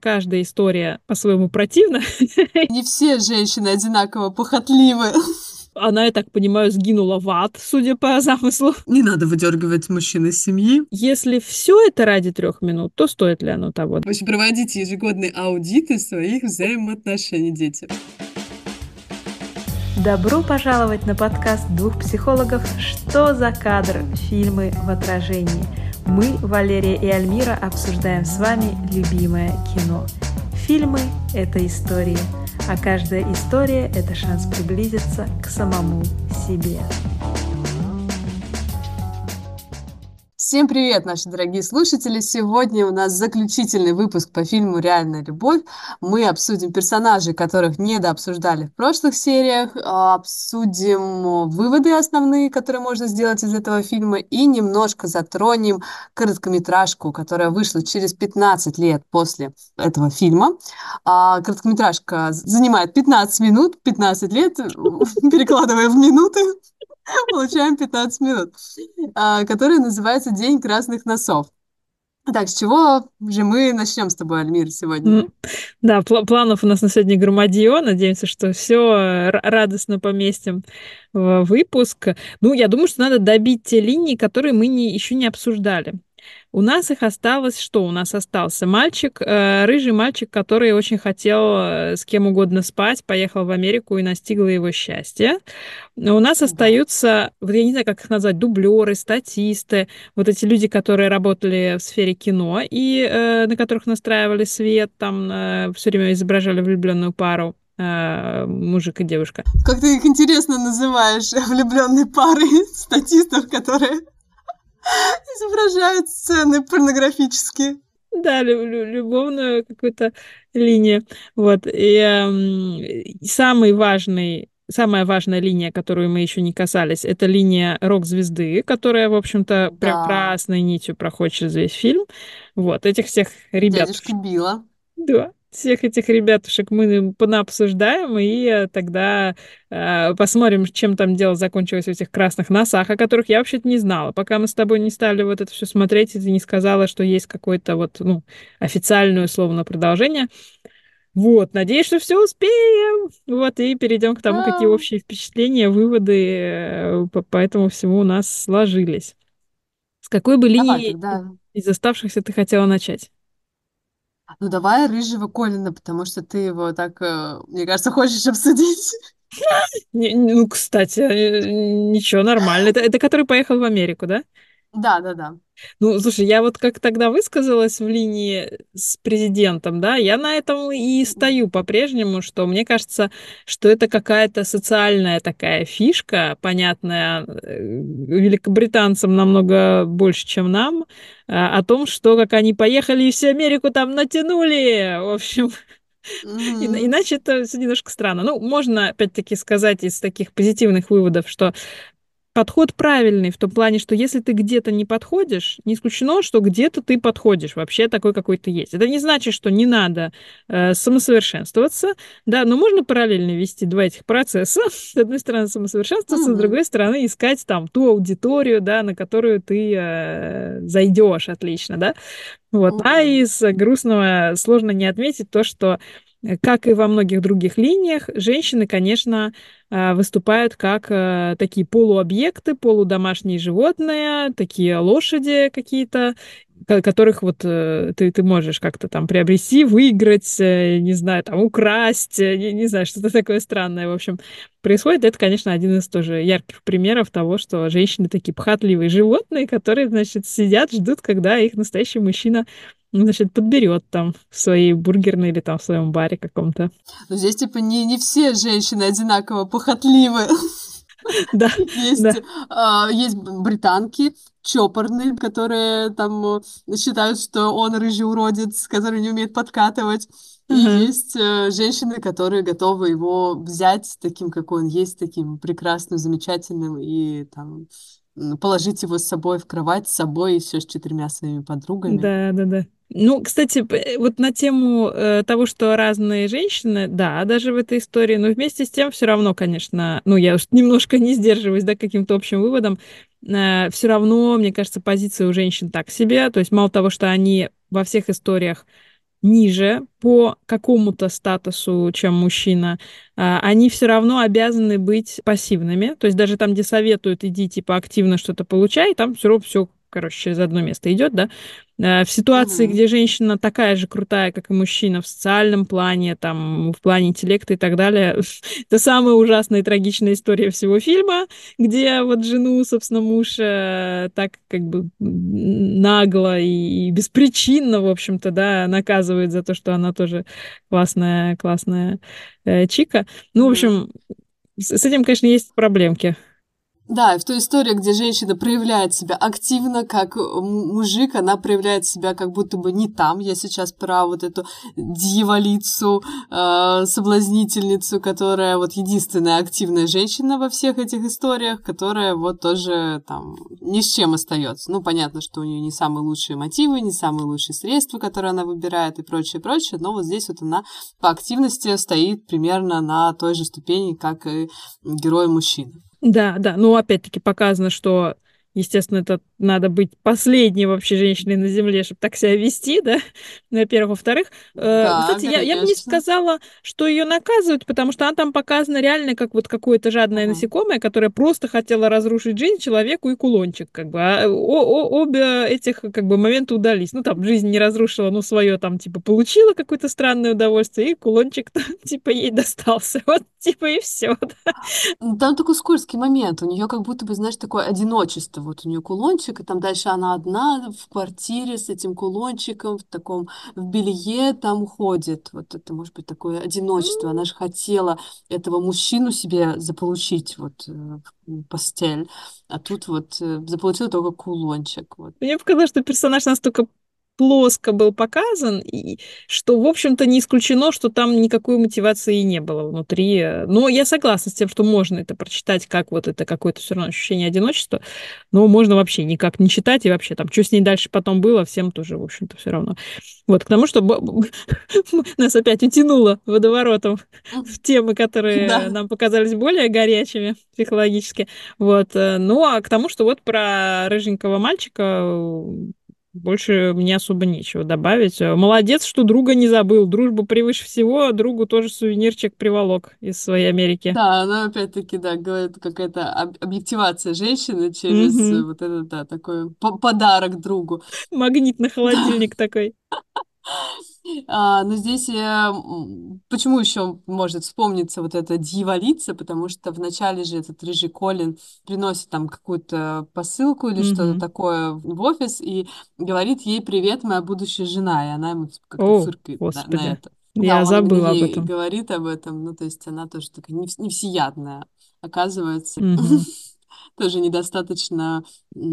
каждая история по-своему противна. Не все женщины одинаково похотливы. Она, я так понимаю, сгинула в ад, судя по замыслу. Не надо выдергивать мужчин из семьи. Если все это ради 3 минут, то стоит ли оно того? В общем, проводите ежегодные аудиты своих взаимоотношений, дети. Добро пожаловать на подкаст двух психологов «Что за кадр? Фильмы в отражении». Мы, Валерия и Альмира, обсуждаем с вами любимое кино. Фильмы – это истории, а каждая история – это шанс приблизиться к самому себе. Всем привет, наши дорогие слушатели! Сегодня у нас заключительный выпуск по фильму «Реальная любовь». Мы обсудим персонажей, которых недообсуждали в прошлых сериях, обсудим выводы основные, которые можно сделать из этого фильма, и немножко затронем короткометражку, которая вышла через 15 лет после этого фильма. Короткометражка занимает 15 минут, 15 лет, перекладывая в минуты. Получаем 15 минут, которая называется «День красных носов». Так, с чего же мы начнем с тобой, Альмир, сегодня? Да, планов у нас на сегодня громадье. Надеемся, что все радостно поместим в выпуск. Ну, я думаю, что надо добить те линии, которые мы еще не обсуждали. У нас их осталось что? У нас остался мальчик, рыжий мальчик, который очень хотел с кем угодно спать, поехал в Америку и настигло его счастье. У нас Да. остаются, вот я не знаю, как их назвать, дублеры, статисты, вот эти люди, которые работали в сфере кино и на которых настраивали свет, там все время изображали влюбленную пару. Мужик и девушка. Как ты их интересно называешь, влюбленные пары статистов, которые изображают сцены порнографические. Да, любовную какую-то линию. Вот. И самая важная линия, которую мы еще не касались, это линия рок-звезды, которая, в общем-то, прям Да, красной нитью проходит через весь фильм. Вот. Этих всех ребят. дядюшка Билла. Да, всех этих ребятушек мы понаобсуждаем и тогда посмотрим, чем там дело закончилось в этих красных носах, о которых я вообще-то не знала. Пока мы с тобой не стали вот это все смотреть, и ты не сказала, что есть какое-то вот, ну, официальное условно продолжение. Вот, надеюсь, что все успеем. Вот, и перейдем к тому, какие Да. общие впечатления, выводы по этому всему у нас сложились. С какой бы Давай линии тогда. из оставшихся ты хотела начать? Ну, давай рыжего Колина, потому что ты его так, мне кажется, хочешь обсудить. Ну, кстати, ничего, нормально. Это который поехал в Америку, да? Да, да, да. Ну, слушай, я вот как тогда высказалась в линии с президентом, да, я на этом и стою по-прежнему, что мне кажется, что это какая-то социальная такая фишка, понятная великобританцам намного больше, чем нам, о том, что как они поехали и всю Америку там натянули. В общем, Мгм. иначе это все немножко странно. Ну, можно опять-таки сказать из таких позитивных выводов, что подход правильный в том плане, что если ты где-то не подходишь, не исключено, что где-то ты подходишь, вообще такой какой ты есть. Это не значит, что не надо самосовершенствоваться, да, но можно параллельно вести два этих процесса. С одной стороны самосовершенствоваться, с Мгм. другой стороны искать там ту аудиторию, да, на которую ты зайдешь отлично, да. Вот. А Мгм. из грустного сложно не отметить то, что, как и во многих других линиях, женщины, конечно, выступают как такие полуобъекты, полудомашние животные, такие лошади какие-то, которых вот ты можешь как-то там приобрести, выиграть, не знаю, там украсть, не знаю, что-то такое странное, в общем, происходит. Это, конечно, один из тоже ярких примеров того, что женщины такие похотливые животные, которые, значит, сидят, ждут, когда их настоящий мужчина, значит, подберет там в своей бургерной или там в своем баре каком-то. Но здесь, типа, не все женщины одинаково похотливы. Да, Есть, да. есть британки чопорные, которые там считают, что он рыжий уродец, который не умеет подкатывать. И Ага. есть женщины, которые готовы его взять таким, какой он есть, таким прекрасным, замечательным, и там положить его с собой в кровать, с собой и все с 4 своими подругами. Да, да, да. Ну, кстати, вот на тему того, что разные женщины, да, даже в этой истории, но вместе с тем все равно, конечно, ну, я уж немножко не сдерживаюсь, да, каким-то общим выводом, все равно, мне кажется, позиция у женщин так себе, то есть мало того, что они во всех историях ниже по какому-то статусу, чем мужчина, они все равно обязаны быть пассивными. То есть даже там, где советуют, иди, типа, активно что-то получай, там все равно все, короче, через одно место идет, да. В ситуации, Мгм. где женщина такая же крутая, как и мужчина в социальном плане, там, в плане интеллекта и так далее, это самая ужасная и трагичная история всего фильма, где вот жену, собственно, муж так как бы нагло и беспричинно, в общем-то, да, наказывает за то, что она тоже классная, классная чика. Ну, в Мгм. общем, с этим, конечно, есть проблемки. Да, и в той истории, где женщина проявляет себя активно, как мужик, она проявляет себя как будто бы не там. Я сейчас про вот эту дьяволицу, соблазнительницу, которая вот единственная активная женщина во всех этих историях, которая вот тоже там ни с чем остается. Ну, понятно, что у нее не самые лучшие мотивы, не самые лучшие средства, которые она выбирает и прочее, прочее, но вот здесь вот она по активности стоит примерно на той же ступени, как и герой мужчина. Да, да, но опять-таки показано, что, естественно, это надо быть последней вообще женщиной на Земле, чтобы так себя вести, да, во-первых. Во-вторых, Да, кстати, я бы не конечно. сказала, что ее наказывают, потому что она там показана реально как вот какое-то жадное Мгм. насекомое, которое просто хотело разрушить жизнь человеку и кулончик, как бы. Обе этих как бы момента удались. Ну, там, жизнь не разрушила, но свое там, типа, получила какое-то странное удовольствие, и кулончик там, типа, ей достался. Вот, типа, и все. Там такой скользкий момент. У нее как будто бы, знаешь, такое одиночество. Вот у нее кулончик, и там дальше она одна в квартире с этим кулончиком, в таком, в белье там ходит. Вот это может быть такое одиночество. Она же хотела этого мужчину себе заполучить вот в постель. А тут вот заполучила только кулончик. Вот. Мне показалось, что персонаж настолько плоско был показан, и что, в общем-то, не исключено, что там никакой мотивации и не было внутри. Но я согласна с тем, что можно это прочитать, как вот это какое-то все равно ощущение одиночества, но можно вообще никак не читать, и вообще там, что с ней дальше потом было, всем тоже, в общем-то, все равно. Вот, к тому, что нас опять утянуло водоворотом в темы, которые Да. нам показались более горячими психологически. Вот. Ну, а к тому, что вот про рыженького мальчика больше мне особо нечего добавить. Молодец, что друга не забыл. Дружба превыше всего, а другу тоже сувенирчик приволок из своей Америки. Да, она опять-таки, да, говорит, какая-то объективация женщины через Мгм. вот этот, да, такой подарок другу. Магнит на холодильник такой. Но здесь почему еще может вспомниться вот эта дьяволица, потому что вначале же этот рыжий Колин приносит там какую-то посылку или что-то Мгм. такое в офис и говорит ей «Привет, моя будущая жена», и она ему типа как-то О, фыркает на господи. это. Да, Я он именно забыла об ей этом. говорит об этом, ну то есть она тоже такая не всеядная оказывается. Мгм. Тоже недостаточно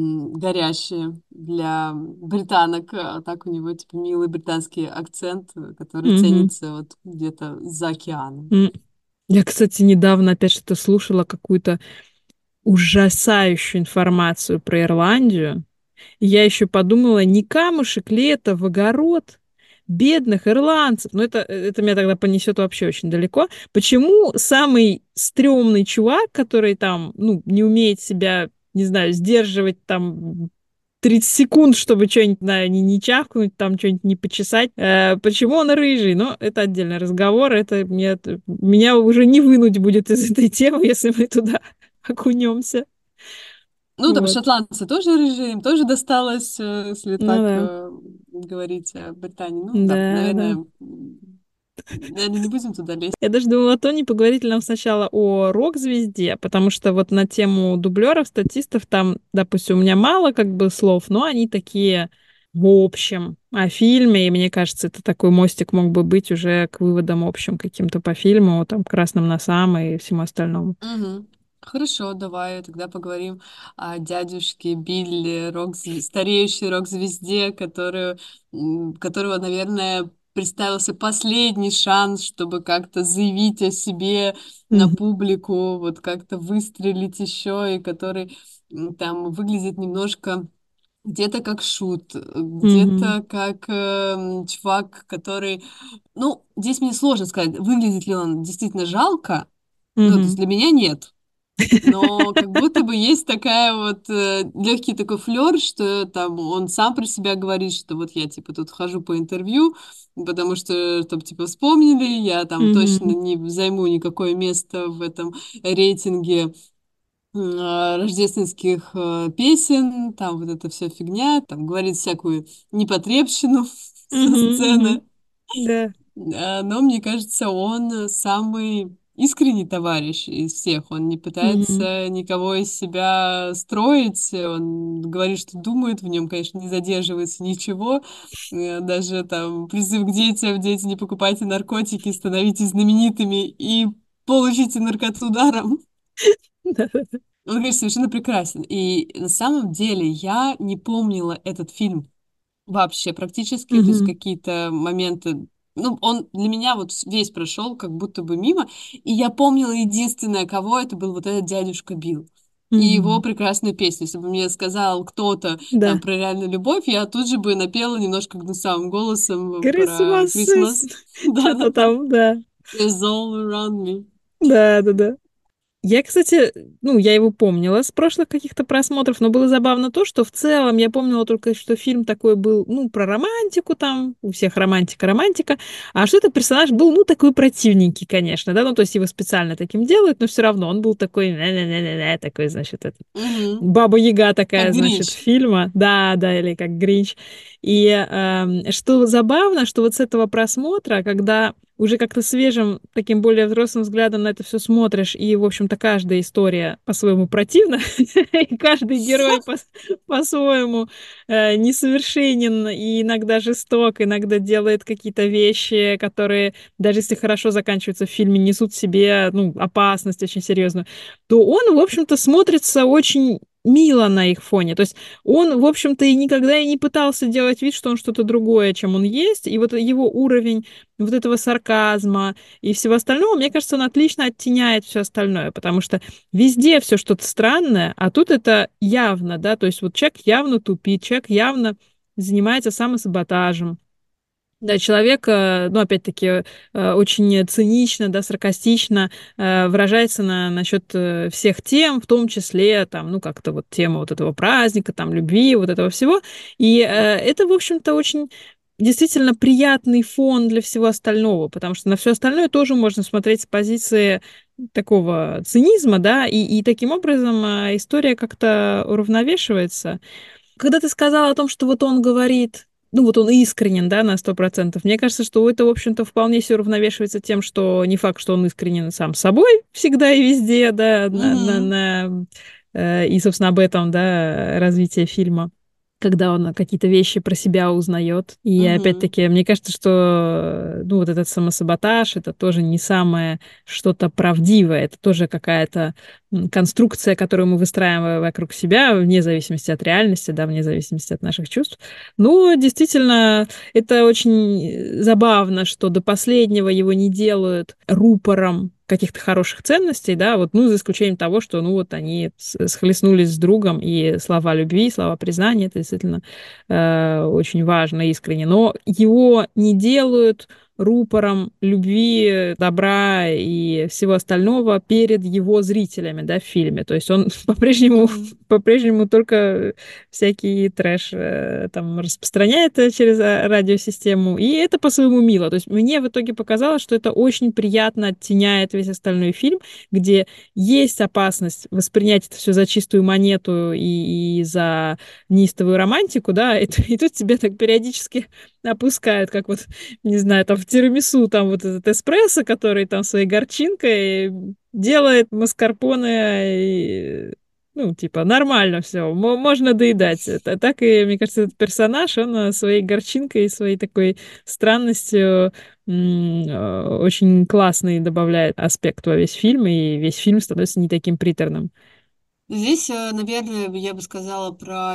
горячие для британок. А так у него типа милый британский акцент, который Мгм. ценится вот где-то за океаном. М. Я, кстати, недавно опять что-то слушала, какую-то ужасающую информацию про Ирландию. И я еще подумала, не камушек ли это в огород бедных ирландцев? Но это меня тогда понесет вообще очень далеко. Почему самый стрёмный чувак, который там, ну, не умеет себя, не знаю, сдерживать там 30 секунд, чтобы что-нибудь, знаю, не чавкнуть, там что-нибудь не почесать. Почему он рыжий? Но это отдельный разговор. Меня уже не вынуть будет из этой темы, если мы туда окунемся. Ну, там Вот. шотландцы тоже рыжие, им тоже досталось, если Ну так да. говорить о Британии. Ну, да, Да, да. наверное, наверное, не будем туда лезть. Я даже думала, Тони, поговорить ли нам сначала о рок-звезде, потому что вот на тему дублеров, статистов, там, допустим, у меня мало как бы слов, но они такие в общем о фильме, и мне кажется, это такой мостик мог бы быть уже к выводам общим каким-то по фильму, там, красным носам и всему остальному. Мгм. Хорошо, давай тогда поговорим о дядюшке Билли, стареющей рок-звезде, которого, наверное, представился последний шанс, чтобы как-то заявить о себе на Мгм. публику, вот как-то выстрелить еще, и который там выглядит немножко где-то как шут, Мгм. где-то как чувак, который... Ну, здесь мне сложно сказать, выглядит ли он действительно жалко, ну, то есть Мгм. для меня нет. Но как будто бы есть такая вот легкий такой флер, что там он сам про себя говорит, что вот я типа тут хожу по интервью, потому что, чтобы типа вспомнили, я там точно Мгм. не займу никакое место в этом рейтинге рождественских песен, там вот эта вся фигня, там говорит всякую непотребщину со Мгм. Мгм. сцены. Да. Но мне кажется, он самый искренний товарищ из всех. Он не Мгм. пытается никого из себя строить. Он говорит, что думает, в нем, конечно, не задерживается ничего. Даже там призыв к детям: дети, не покупайте наркотики, становитесь знаменитыми и получите наркоту даром. Да-да-да. Он, конечно, совершенно прекрасен. И на самом деле я не помнила этот фильм вообще практически, то есть Мгм. какие-то моменты, ну, он для меня вот весь прошел как будто бы мимо, и я помнила единственное, кого это был вот этот дядюшка Билл. И его Мгм. прекрасная песня. Если бы мне сказал кто-то там Да. про реальную любовь, я тут же бы напела немножко гнусавым голосом про Christmas is Крисмас. что-то Да-да-да. там, да. It's all around me. Да-да-да. Я, кстати, ну, я его помнила с прошлых каких-то просмотров, но было забавно то, что в целом я помнила только, что фильм такой был, ну, про романтику там, у всех романтика, а что этот персонаж был, ну, такой противненький, конечно, да, ну, то есть его специально таким делают, но все равно он был такой, такой, значит, этот, Мгм. Баба-Яга Как такая, значит, Гринч. фильма, да, да, или как Гринч. И что забавно, что вот с этого просмотра, когда уже как-то свежим, таким более взрослым взглядом на это все смотришь, и, в общем-то, каждая история по-своему противна, и каждый герой по-своему несовершенен и иногда жесток, иногда делает какие-то вещи, которые, даже если хорошо заканчиваются в фильме, несут в себе, ну, опасность очень серьезную, то он, в общем-то, смотрится очень мило на их фоне. То есть он, в общем-то, и никогда и не пытался делать вид, что он что-то другое, чем он есть. И вот его уровень вот этого сарказма и всего остального, мне кажется, он отлично оттеняет все остальное, потому что везде все что-то странное, а тут это явно, да, то есть вот человек явно тупит, человек явно занимается самосаботажем. Да, человек, ну, опять-таки, очень цинично, да, саркастично выражается насчет всех тем, в том числе, там, ну, как-то вот тема вот этого праздника, там, любви, вот этого всего. И это, в общем-то, очень действительно приятный фон для всего остального, потому что на все остальное тоже можно смотреть с позиции такого цинизма, да, и таким образом история как-то уравновешивается. Когда ты сказала о том, что вот он говорит, ну вот он искренен, да, на 100%, мне кажется, что это, в общем-то, вполне все уравновешивается тем, что не факт, что он искренен сам с собой всегда и везде, да, Мгм. и, собственно, об этом, да, развитие фильма, когда он какие-то вещи про себя узнает. И Мгм. опять-таки, мне кажется, что, ну, вот этот самосаботаж, это тоже не самое что-то правдивое, это тоже какая-то конструкция, которую мы выстраиваем вокруг себя, вне зависимости от реальности, да, вне зависимости от наших чувств. Но действительно, это очень забавно, что до последнего его не делают рупором каких-то хороших ценностей, да, вот, ну, за исключением того, что, ну, вот они схлестнулись с другом, и слова любви, слова признания, это действительно очень важно, искренне, но его не делают рупором любви, добра и всего остального перед его зрителями, да, в фильме. То есть он по-прежнему, Мгм. по-прежнему только всякий трэш там распространяет через радиосистему, и это по-своему мило. То есть мне в итоге показалось, что это очень приятно оттеняет весь остальной фильм, где есть опасность воспринять это все за чистую монету и за неистовую романтику, да, и тут тебе так периодически опускают, как вот не знаю, там в тирамису там вот этот эспрессо, который там своей горчинкой делает маскарпоне, и, ну, типа, нормально все, можно доедать. Это, так и, мне кажется, этот персонаж, он своей горчинкой и своей такой странностью очень классный добавляет аспект во весь фильм, и весь фильм становится не таким приторным. Здесь, наверное, я бы сказала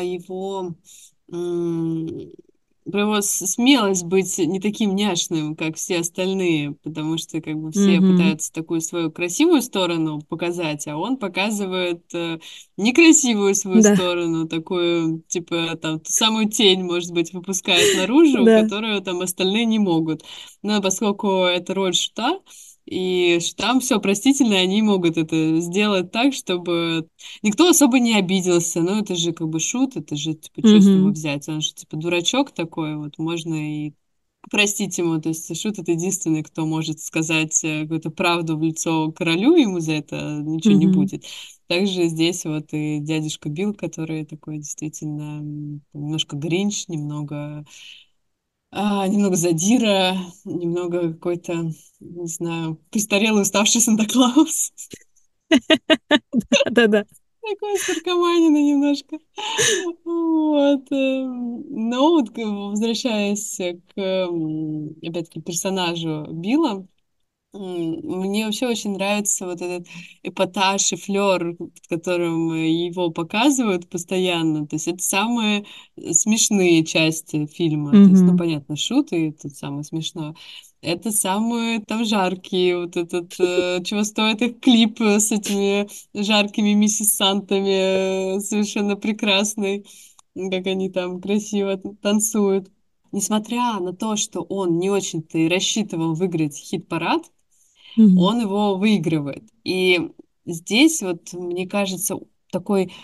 м, про его смелость быть не таким няшным, как все остальные, потому что как бы все Мгм. пытаются такую свою красивую сторону показать, а он показывает некрасивую свою Да, сторону, такую, типа, там, ту самую тень, может быть, выпускает наружу, да. которую там остальные не могут. Но поскольку это роль шута, И там все простительно, и они могут это сделать так, чтобы никто особо не обиделся. Ну, это же как бы шут, это же, типа, что с него Мгм. взять? Он же, типа, дурачок такой, вот можно и простить ему. То есть шут это единственный, кто может сказать какую-то правду в лицо королю, ему за это ничего не Мгм. будет. Также здесь вот и дядюшка Билл, который такой действительно немножко гринч, немного задира, немного какой-то, не знаю, престарелый уставший Санта-Клаус. Да-да. Такой с наркоманина немножко. Вот. Но вот возвращаясь опять-таки, персонажу Билла, мне вообще очень нравится вот этот эпатаж и флер, в котором его показывают постоянно. То есть это самые смешные части фильма. То есть, ну, Мгм. понятно, шуты, тут самое смешное. Это самые там жаркие, вот этот, чего стоит их клип с этими жаркими миссис Сантами, совершенно прекрасный, как они там красиво танцуют. Несмотря на то, что он не очень-то и рассчитывал выиграть хит-парад, Мгм. он его выигрывает. И здесь вот, мне кажется, такой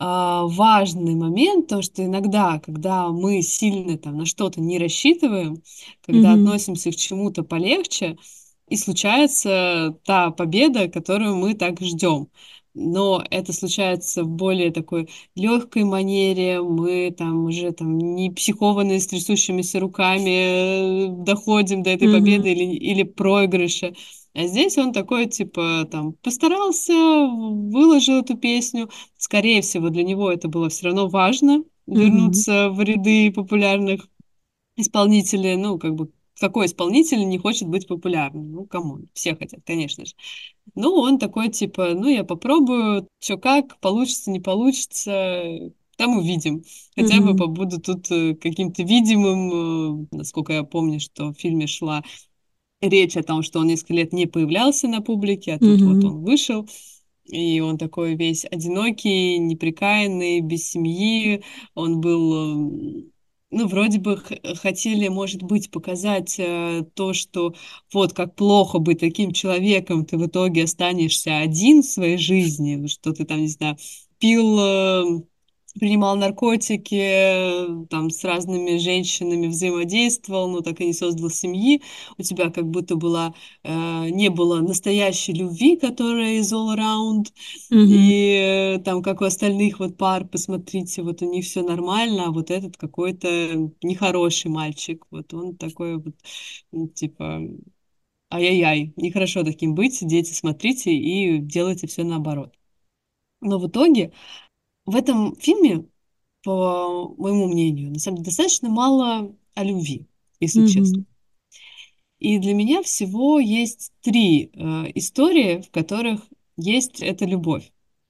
важный момент, то, что иногда, когда мы сильно там на что-то не рассчитываем, когда Мгм. относимся к чему-то полегче, и случается та победа, которую мы так ждем. Но это случается в более такой легкой манере, мы там уже там не психованные с трясущимися руками доходим до этой Мгм. победы или проигрыша. А здесь он такой, типа, там, постарался, выложил эту песню. Скорее всего, для него это было все равно важно, Мгм. вернуться в ряды популярных исполнителей. Ну, как бы, какой исполнитель не хочет быть популярным? Ну, камон, все хотят, конечно же. Ну, он такой, типа, ну, я попробую, что как, получится, не получится, там увидим. Хотя бы Мгм. побуду тут каким-то видимым, насколько я помню, что в фильме шла речь о том, что он несколько лет не появлялся на публике, а тут вот Мгм. он вышел, и он такой весь одинокий, неприкаянный, без семьи. Он был, ну, вроде бы хотели, может быть, показать то, что вот как плохо быть таким человеком, ты в итоге останешься один в своей жизни, что ты там, не знаю, пил, принимал наркотики, там с разными женщинами взаимодействовал, но так и не создал семьи. У тебя как будто не было настоящей любви, которая из all around. Мгм. И там, как у остальных вот пар, посмотрите, вот у них все нормально, а вот этот какой-то нехороший мальчик. Вот он такой вот, типа, ай-яй-яй, нехорошо таким быть, дети, смотрите и делайте все наоборот. Но в итоге в этом фильме, по моему мнению, на самом деле достаточно мало о любви, если честно. Мгм. И для меня всего есть три истории, в которых есть эта любовь.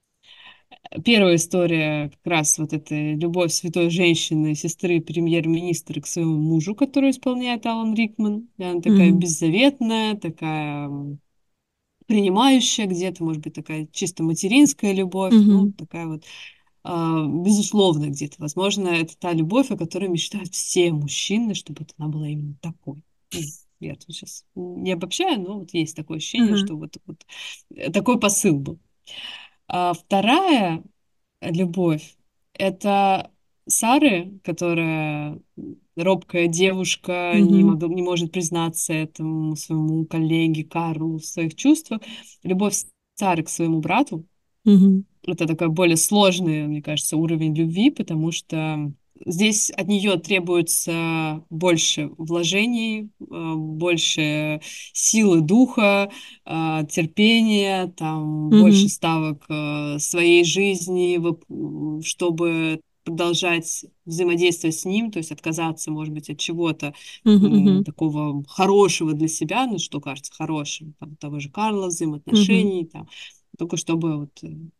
Первая история как раз вот эта любовь святой женщины, сестры премьер-министра к своему мужу, которую исполняет Алан Рикман. И она такая Мгм. беззаветная, такая принимающая где-то, может быть, такая чисто материнская любовь, ну, Мгм. такая вот безусловно где-то. Возможно, это та любовь, о которой мечтают все мужчины, чтобы вот она была именно такой. Ну, я тут сейчас не обобщаю, но вот есть такое ощущение, Ага. что вот такой посыл был. А вторая любовь — это Сары, которая робкая девушка, Мгм. не может признаться этому своему коллеге Карлу в своих чувствах. Любовь Сары к своему брату — Мгм. это такой более сложный, мне кажется, уровень любви, потому что здесь от нее требуется больше вложений, больше силы духа, терпения, там, больше Мгм. ставок своей жизни, чтобы продолжать взаимодействовать с ним, то есть отказаться, может быть, от чего-то Мгм. такого хорошего для себя, ну, что кажется хорошим, там, того же Карла, Мгм. взаимоотношений, там, только чтобы вот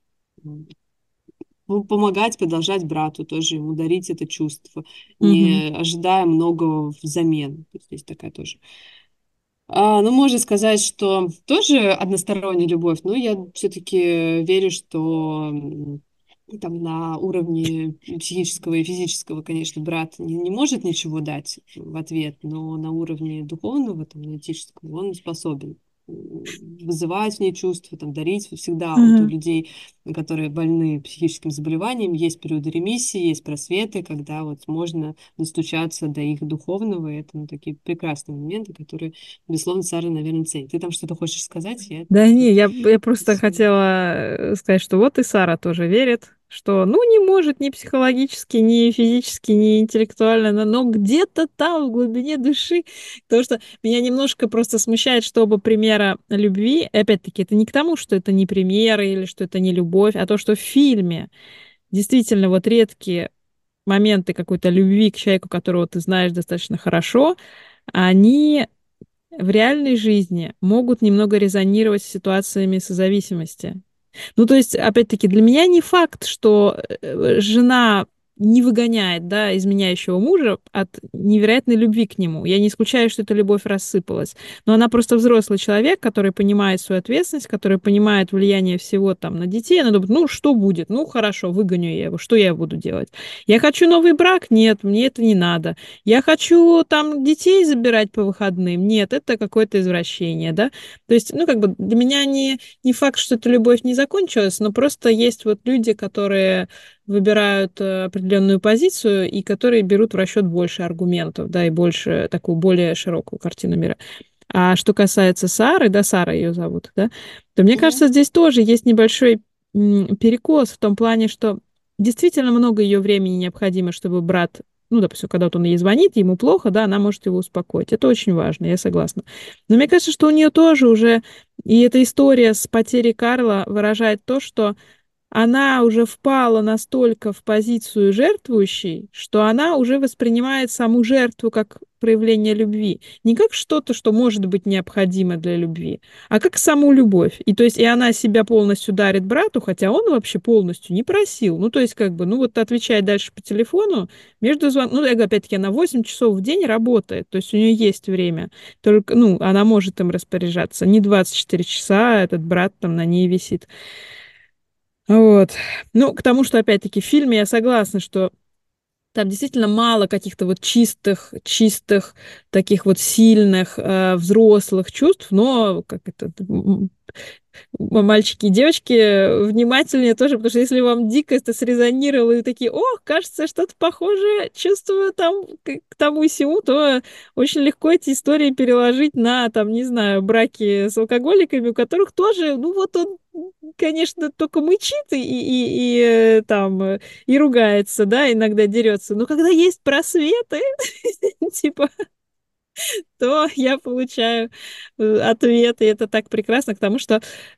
помогать, продолжать брату, тоже ему дарить это чувство, Мгм. не ожидая многого взамен. То есть здесь такая тоже. Ну, можно сказать, что тоже односторонняя любовь, но я все-таки верю, что там на уровне психического и физического, конечно, брат не может ничего дать в ответ, но на уровне духовного, там, на этического он способен. вызывать в ней чувства, там, дарить. Всегда вот у Мгм. людей, которые больны психическим заболеванием, есть периоды ремиссии, есть просветы, когда вот можно достучаться до их духовного, и это, ну, такие прекрасные моменты, которые, безусловно, Сара, наверное, ценит. Ты там что-то хочешь сказать? Я Да тут не, я просто всё. хотела сказать, что вот и Сара тоже верит, что, ну, не может ни психологически, ни физически, ни интеллектуально, но где-то там в глубине души, потому что меня немножко просто смущает, что оба примера любви, и опять-таки, это не к тому, что это не примеры или что это не любовь, а то, что в фильме действительно вот редкие моменты какой-то любви к человеку, которого ты знаешь достаточно хорошо, они в реальной жизни могут немного резонировать с ситуациями созависимости. Ну, то есть, опять-таки, для меня не факт, что жена не выгоняет, да, изменяющего мужа от невероятной любви к нему. Я не исключаю, что эта любовь рассыпалась. Но она просто взрослый человек, который понимает свою ответственность, который понимает влияние всего там на детей. Она думает, ну, что будет? Ну, хорошо, выгоню я его. Что я буду делать? Я хочу новый брак? Нет, мне это не надо. Я хочу там детей забирать по выходным? Нет, это какое-то извращение, да? То есть, ну, как бы для меня не факт, что эта любовь не закончилась, но просто есть вот люди, которые выбирают определенную позицию и которые берут в расчет больше аргументов, да, и больше такую более широкую картину мира. А что касается Сары, да, Сара ее зовут, да, то мне Мгм. кажется, здесь тоже есть небольшой перекос в том плане, что действительно много ее времени необходимо, чтобы брат, ну, допустим, когда вот он ей звонит, ему плохо, да, она может его успокоить. Это очень важно, я согласна. Но мне кажется, что у нее тоже уже и эта история с потерей Карла выражает то, что она уже впала настолько в позицию жертвующей, что она уже воспринимает саму жертву как проявление любви. Не как что-то, что может быть необходимо для любви, а как саму любовь. И то есть и она себя полностью дарит брату, хотя он вообще полностью не просил. Ну, то есть как бы, ну вот отвечает дальше по телефону, между звонками, ну, я говорю, опять-таки, она 8 часов в день работает, то есть у нее есть время. Только, ну, она может им распоряжаться. Не 24 часа этот брат там на ней висит. Вот. Ну, к тому, что, опять-таки, в фильме я согласна, что там действительно мало каких-то вот чистых, таких вот сильных, взрослых чувств, но как это, мальчики и девочки внимательнее тоже, потому что если вам дико это срезонировало и такие, о, кажется, что-то похожее, чувствую там к тому и сему, то очень легко эти истории переложить на, там, не знаю, браки с алкоголиками, у которых тоже, ну вот он, конечно, только мычит и ругается, да, иногда дерется. Но когда есть просветы, типа, то я получаю ответ, и это так прекрасно, к тому, что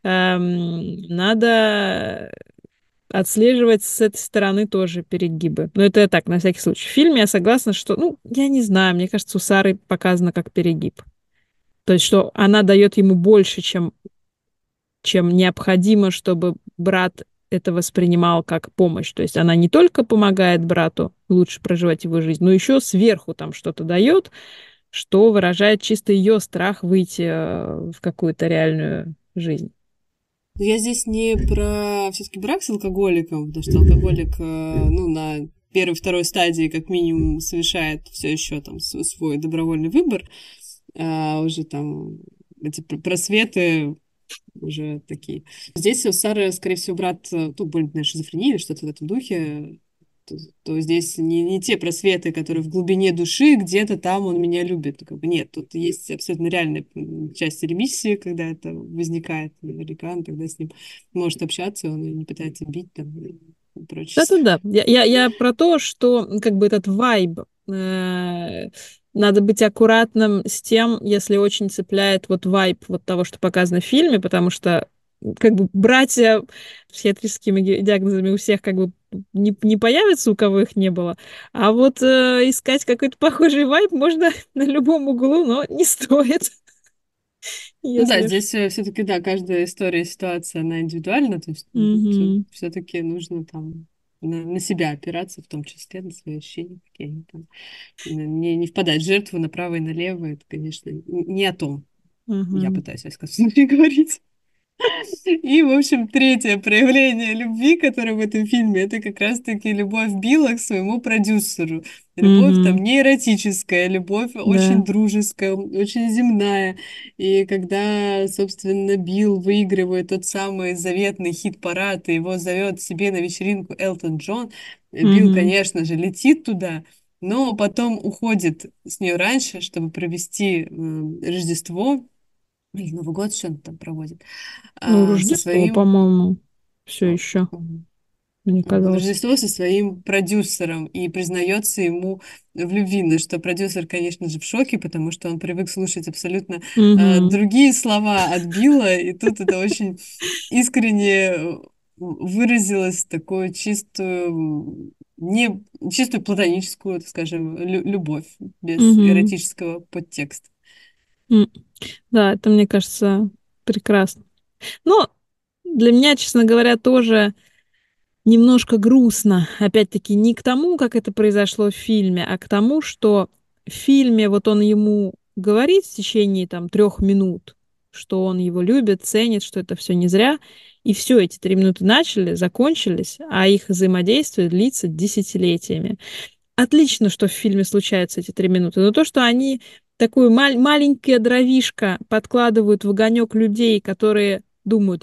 надо отслеживать с этой стороны тоже перегибы. Но это я так, на всякий случай. В фильме я согласна, что, ну, я не знаю, мне кажется, у Сары показано как перегиб. То есть, что она дает ему больше, чем необходимо, чтобы брат это воспринимал как помощь. То есть она не только помогает брату лучше проживать его жизнь, но еще сверху там что-то дает, что выражает чисто ее страх выйти в какую-то реальную жизнь. Но я здесь не про все-таки брак с алкоголиком, потому что алкоголик, ну, на первой, второй стадии, как минимум, совершает все еще там свой добровольный выбор, а уже там эти просветы уже такие. Здесь у Сары, скорее всего, брат, ну, более, наверное, шизофрения или что-то в этом духе, то здесь не те просветы, которые в глубине души, где-то там он меня любит. Ну, как бы нет, тут есть абсолютно реальная часть ремиссии, когда это возникает, наверняка он тогда с ним может общаться, он не пытается бить там и прочее. Да-да-да. Я про то, что как бы этот вайб. Надо быть аккуратным с тем, если очень цепляет вот вайб вот того, что показано в фильме, потому что как бы братья с психиатрическими диагнозами у всех как бы не появятся, у кого их не было. А вот искать какой-то похожий вайб можно на любом углу, но не стоит, Ну да, если уж. здесь все-таки, да, каждая история, ситуация, она индивидуальна, то есть Мгм. все-таки нужно там на себя опираться, в том числе на свои ощущения, какие они там. Не впадать в жертву направо и налево, это, конечно, не о том я Мгм. пытаюсь, во всяком случае, говорить. И, в общем, третье проявление любви, которое в этом фильме, это как раз-таки любовь Билла к своему продюсеру. Любовь там Мгм. не эротическая, любовь очень Да. дружеская, очень земная. И когда, собственно, Билл выигрывает тот самый заветный хит-парад, и его зовет себе на вечеринку Элтон Джон, Билл, Мгм. конечно же, летит туда, но потом уходит с нее раньше, чтобы провести Рождество или Новый год, что он там проводит, Ну, со Рождество, своим по-моему, все еще, мне казалось. Рождество со своим продюсером и признается ему в любви, на что продюсер, конечно же, в шоке, потому что он привык слушать абсолютно Мгм. другие слова от Билла, и тут это очень искренне выразилось в такую чистую, не чистую платоническую, так скажем, любовь без Мгм. эротического подтекста. М. Да, это, мне кажется, прекрасно. Но для меня, честно говоря, тоже немножко грустно. Опять-таки, не к тому, как это произошло в фильме, а к тому, что в фильме вот он ему говорит в течение там 3 минут, что он его любит, ценит, что это все не зря. И все, эти 3 минуты начали, закончились, а их взаимодействие длится десятилетиями. Отлично, что в фильме случаются эти 3 минуты, но то, что они такую маленькое дровишко подкладывают в огонек людей, которые думают,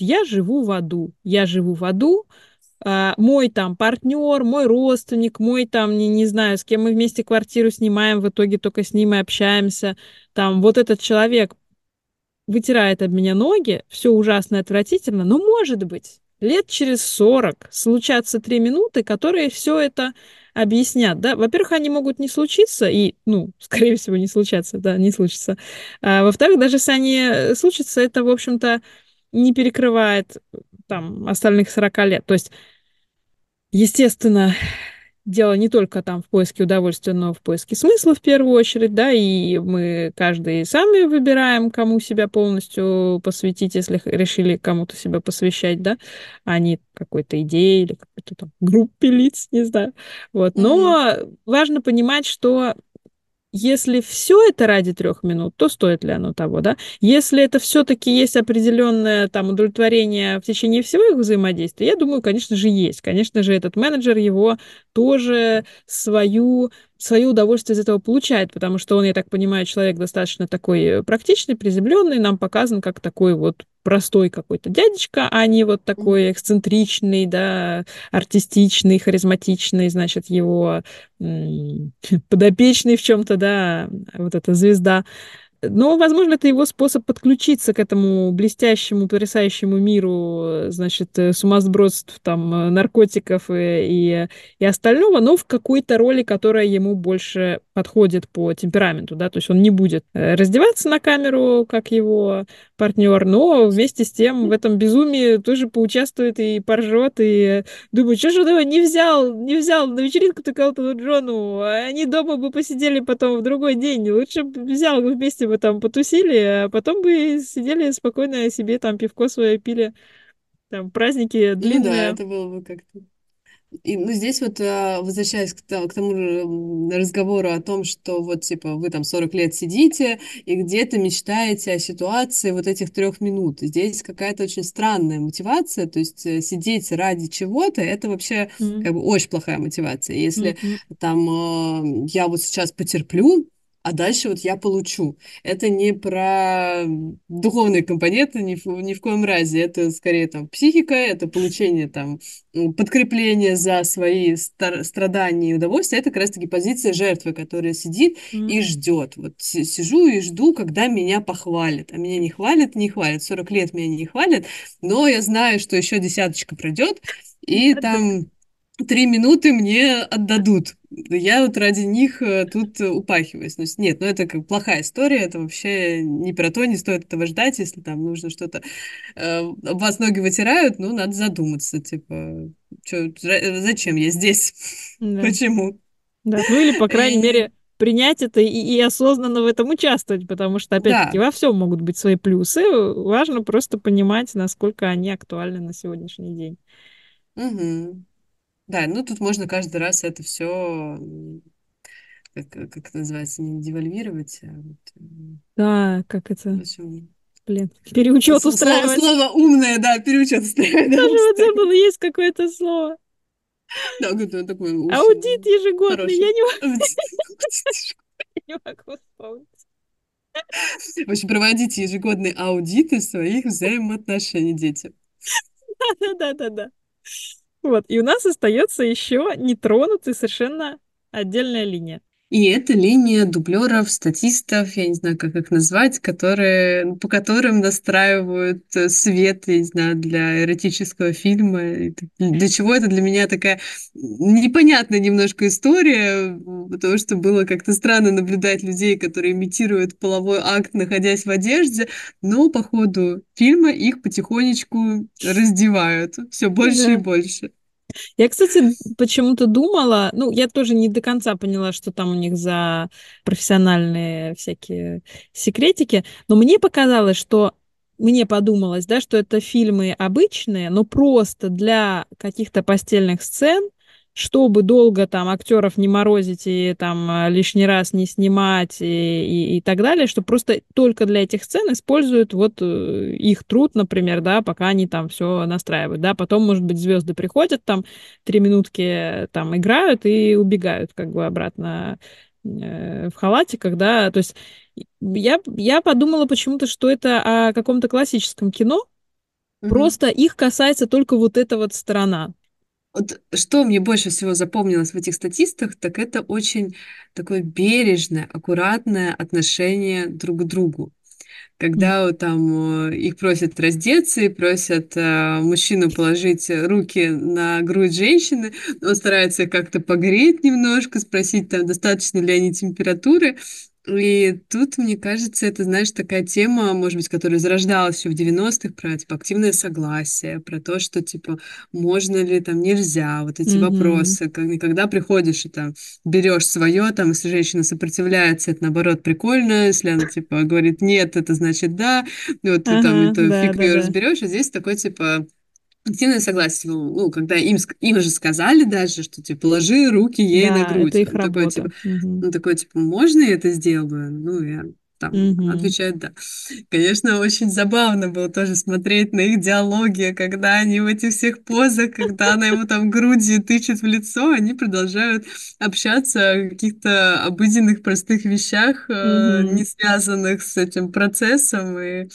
я живу в аду, мой там партнер, мой родственник, мой там, не знаю, с кем мы вместе квартиру снимаем, в итоге только с ним и общаемся, там вот этот человек вытирает об меня ноги, все ужасно и отвратительно, но, может быть, лет через 40 случатся 3 минуты, которые все это объяснят, да. Во-первых, они могут не случиться, и, ну, скорее всего, не случаться, да, не случится. А, во-вторых, даже если они случатся, это, в общем-то, не перекрывает там остальных 40 лет. То есть, естественно, дело не только там в поиске удовольствия, но в поиске смысла в первую очередь, да, и мы каждый сами выбираем, кому себя полностью посвятить, если решили кому-то себя посвящать, да, а не какой-то идее или какой-то там группе лиц, не знаю. Вот. Мгм. Но важно понимать, что если все это ради 3 минут, то стоит ли оно того, да? Если это все-таки есть определенное там удовлетворение в течение всего их взаимодействия, я думаю, конечно же, есть. Конечно же, этот менеджер его тоже свое удовольствие из этого получает, потому что он, я так понимаю, человек достаточно такой практичный, приземленный, нам показан как такой вот простой какой-то дядечка, а не вот такой Мгм. эксцентричный, да, артистичный, харизматичный, значит, его подопечный в чем-то, да, вот эта звезда. Но, возможно, это его способ подключиться к этому блестящему, потрясающему миру, значит, сумасбродств, там, наркотиков и остального, но в какой-то роли, которая ему больше подходит по темпераменту, да, то есть он не будет раздеваться на камеру, как его партнер, но вместе с тем в этом безумии тоже поучаствует и поржет, и думает, что же он его не взял на вечеринку-то кого-то Джону, а они дома бы посидели потом в другой день, лучше бы взял, вместе бы там потусили, а потом бы сидели спокойно себе там пивко свое пили, там праздники Ну да, длинные. это было бы как-то. И, ну, здесь вот, возвращаясь к тому же разговору о том, что вот, типа, вы там 40 лет сидите и где-то мечтаете о ситуации вот этих 3 минут. Здесь какая-то очень странная мотивация, то есть сидеть ради чего-то, это вообще М, как бы очень плохая мотивация. Если м, там я вот сейчас потерплю, а дальше вот я получу. Это не про духовные компоненты ни в коем разе. Это скорее там психика, это получение там подкрепление за свои страдания и удовольствия, это как раз-таки позиция жертвы, которая сидит м. и ждет. Вот сижу и жду, когда меня похвалят. А меня не хвалят, не хвалят. 40 лет меня не хвалят, но я знаю, что еще десяточка пройдет, и Да-да. там 3 минуты мне отдадут. Я вот ради них тут упахиваюсь. Ну, нет, ну это как плохая история, это вообще не про то, не стоит этого ждать, если там нужно что-то об вас ноги вытирают, ну, надо задуматься, типа, зачем я здесь? Да, Почему? да. Ну или, по крайней И, мере, принять это и осознанно в этом участвовать, потому что, опять-таки, да, во всем могут быть свои плюсы. Важно просто понимать, насколько они актуальны на сегодняшний день. мгм. Да, ну тут можно каждый раз это все, как это называется, не девальвировать, а вот, Да, как в это? общем, Блин, переучет устраивать. Слово умное, да, переучет устраивать, да, Даже вот устраивать. забыла, есть какое-то слово. Да, он такой Аудит очень ежегодный, хороший. не могу вспомнить. В общем, проводите ежегодные аудиты своих взаимоотношений, дети. Да-да-да-да. Вот, и у нас остается еще нетронутая совершенно отдельная линия. И это линия дублеров, статистов, я не знаю, как их назвать, которые, по которым настраивают свет, я не знаю, для эротического фильма. Для чего это для меня такая непонятная немножко история, потому что было как-то странно наблюдать людей, которые имитируют половой акт, находясь в одежде, но по ходу фильма их потихонечку раздевают все больше и Да. больше. Я, кстати, почему-то думала, ну, я тоже не до конца поняла, что там у них за профессиональные всякие секретики, но мне показалось, что мне подумалось, да, что это фильмы обычные, но просто для каких-то постельных сцен, чтобы долго там актеров не морозить и там лишний раз не снимать и так далее, что просто только для этих сцен используют вот их труд, например, да, пока они там все настраивают, да, потом, может быть, звезды приходят там 3 минутки там играют и убегают как бы обратно в халатиках, да, то есть я подумала почему-то, что это о каком-то классическом кино, Мгм. просто их касается только вот эта вот сторона. Вот что мне больше всего запомнилось в этих статистах, так это очень такое бережное, аккуратное отношение друг к другу. М. Когда вот там их просят раздеться и просят мужчину положить руки на грудь женщины, он старается их как-то погреть немножко, спросить там, достаточно ли они температуры. И тут, мне кажется, это, знаешь, такая тема, может быть, которая зарождалась еще в 90-х, про, типа, активное согласие, про то, что, типа, можно ли, там, нельзя, вот эти Мгм. вопросы, когда приходишь и, там, берешь свое, там, если женщина сопротивляется, это, наоборот, прикольно, если она, типа, говорит нет, это значит да, и вот ты там Ага, эту да, фиг да, ее да. разберешь, а здесь такой, типа, активное согласие, ну, когда им же сказали даже, что, типа, положи руки ей на Да, это грудь. их работа. Мгм. Он такой, типа, можно я это сделаю? Ну, я там Мгм. отвечаю, да. Конечно, очень забавно было тоже смотреть на их диалоги, когда они в этих всех позах, когда она ему там грудью тычет в лицо, они продолжают общаться о каких-то обыденных простых вещах, Мгм. не связанных с этим процессом, и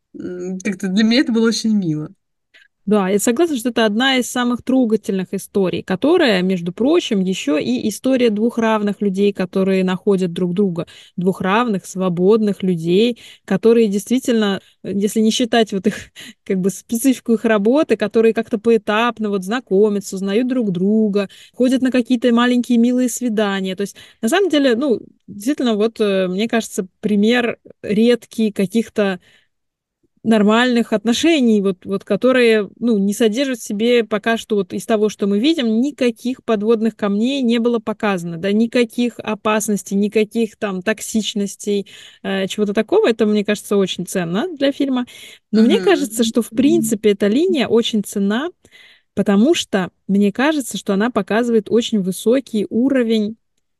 как-то для меня это было очень мило. Да, я согласна, что это одна из самых трогательных историй, которая, между прочим, еще и история двух равных людей, которые находят друг друга, двух равных, свободных людей, которые действительно, если не считать вот их, как бы, специфику их работы, которые как-то поэтапно вот знакомятся, узнают друг друга, ходят на какие-то маленькие милые свидания. То есть, на самом деле, ну, действительно, вот, мне кажется, пример редкий каких-то нормальных отношений, вот которые, ну, не содержат в себе пока что вот из того, что мы видим, никаких подводных камней не было показано, да, никаких опасностей, никаких там токсичностей, чего-то такого. Это, мне кажется, очень ценно для фильма. Но мне кажется, Мгм. что, в принципе, эта линия очень ценна, потому что мне кажется, что она показывает очень высокий уровень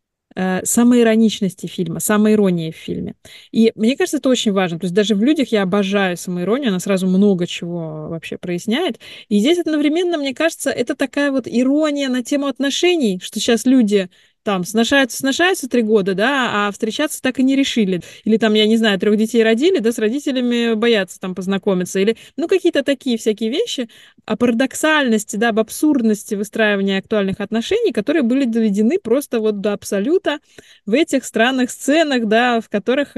самоироничности фильма, самоиронии в фильме. И мне кажется, это очень важно. То есть даже в «Людях» я обожаю самоиронию, она сразу много чего вообще проясняет. И здесь одновременно, мне кажется, это такая вот ирония на тему отношений, что сейчас люди там сношаются 3 года, да, а встречаться так и не решили. Или там, я не знаю, 3 детей родили, да, с родителями боятся там познакомиться. Или, ну, какие-то такие всякие вещи о парадоксальности, да, об абсурдности выстраивания актуальных отношений, которые были доведены просто вот до абсолюта в этих странных сценах, да, в которых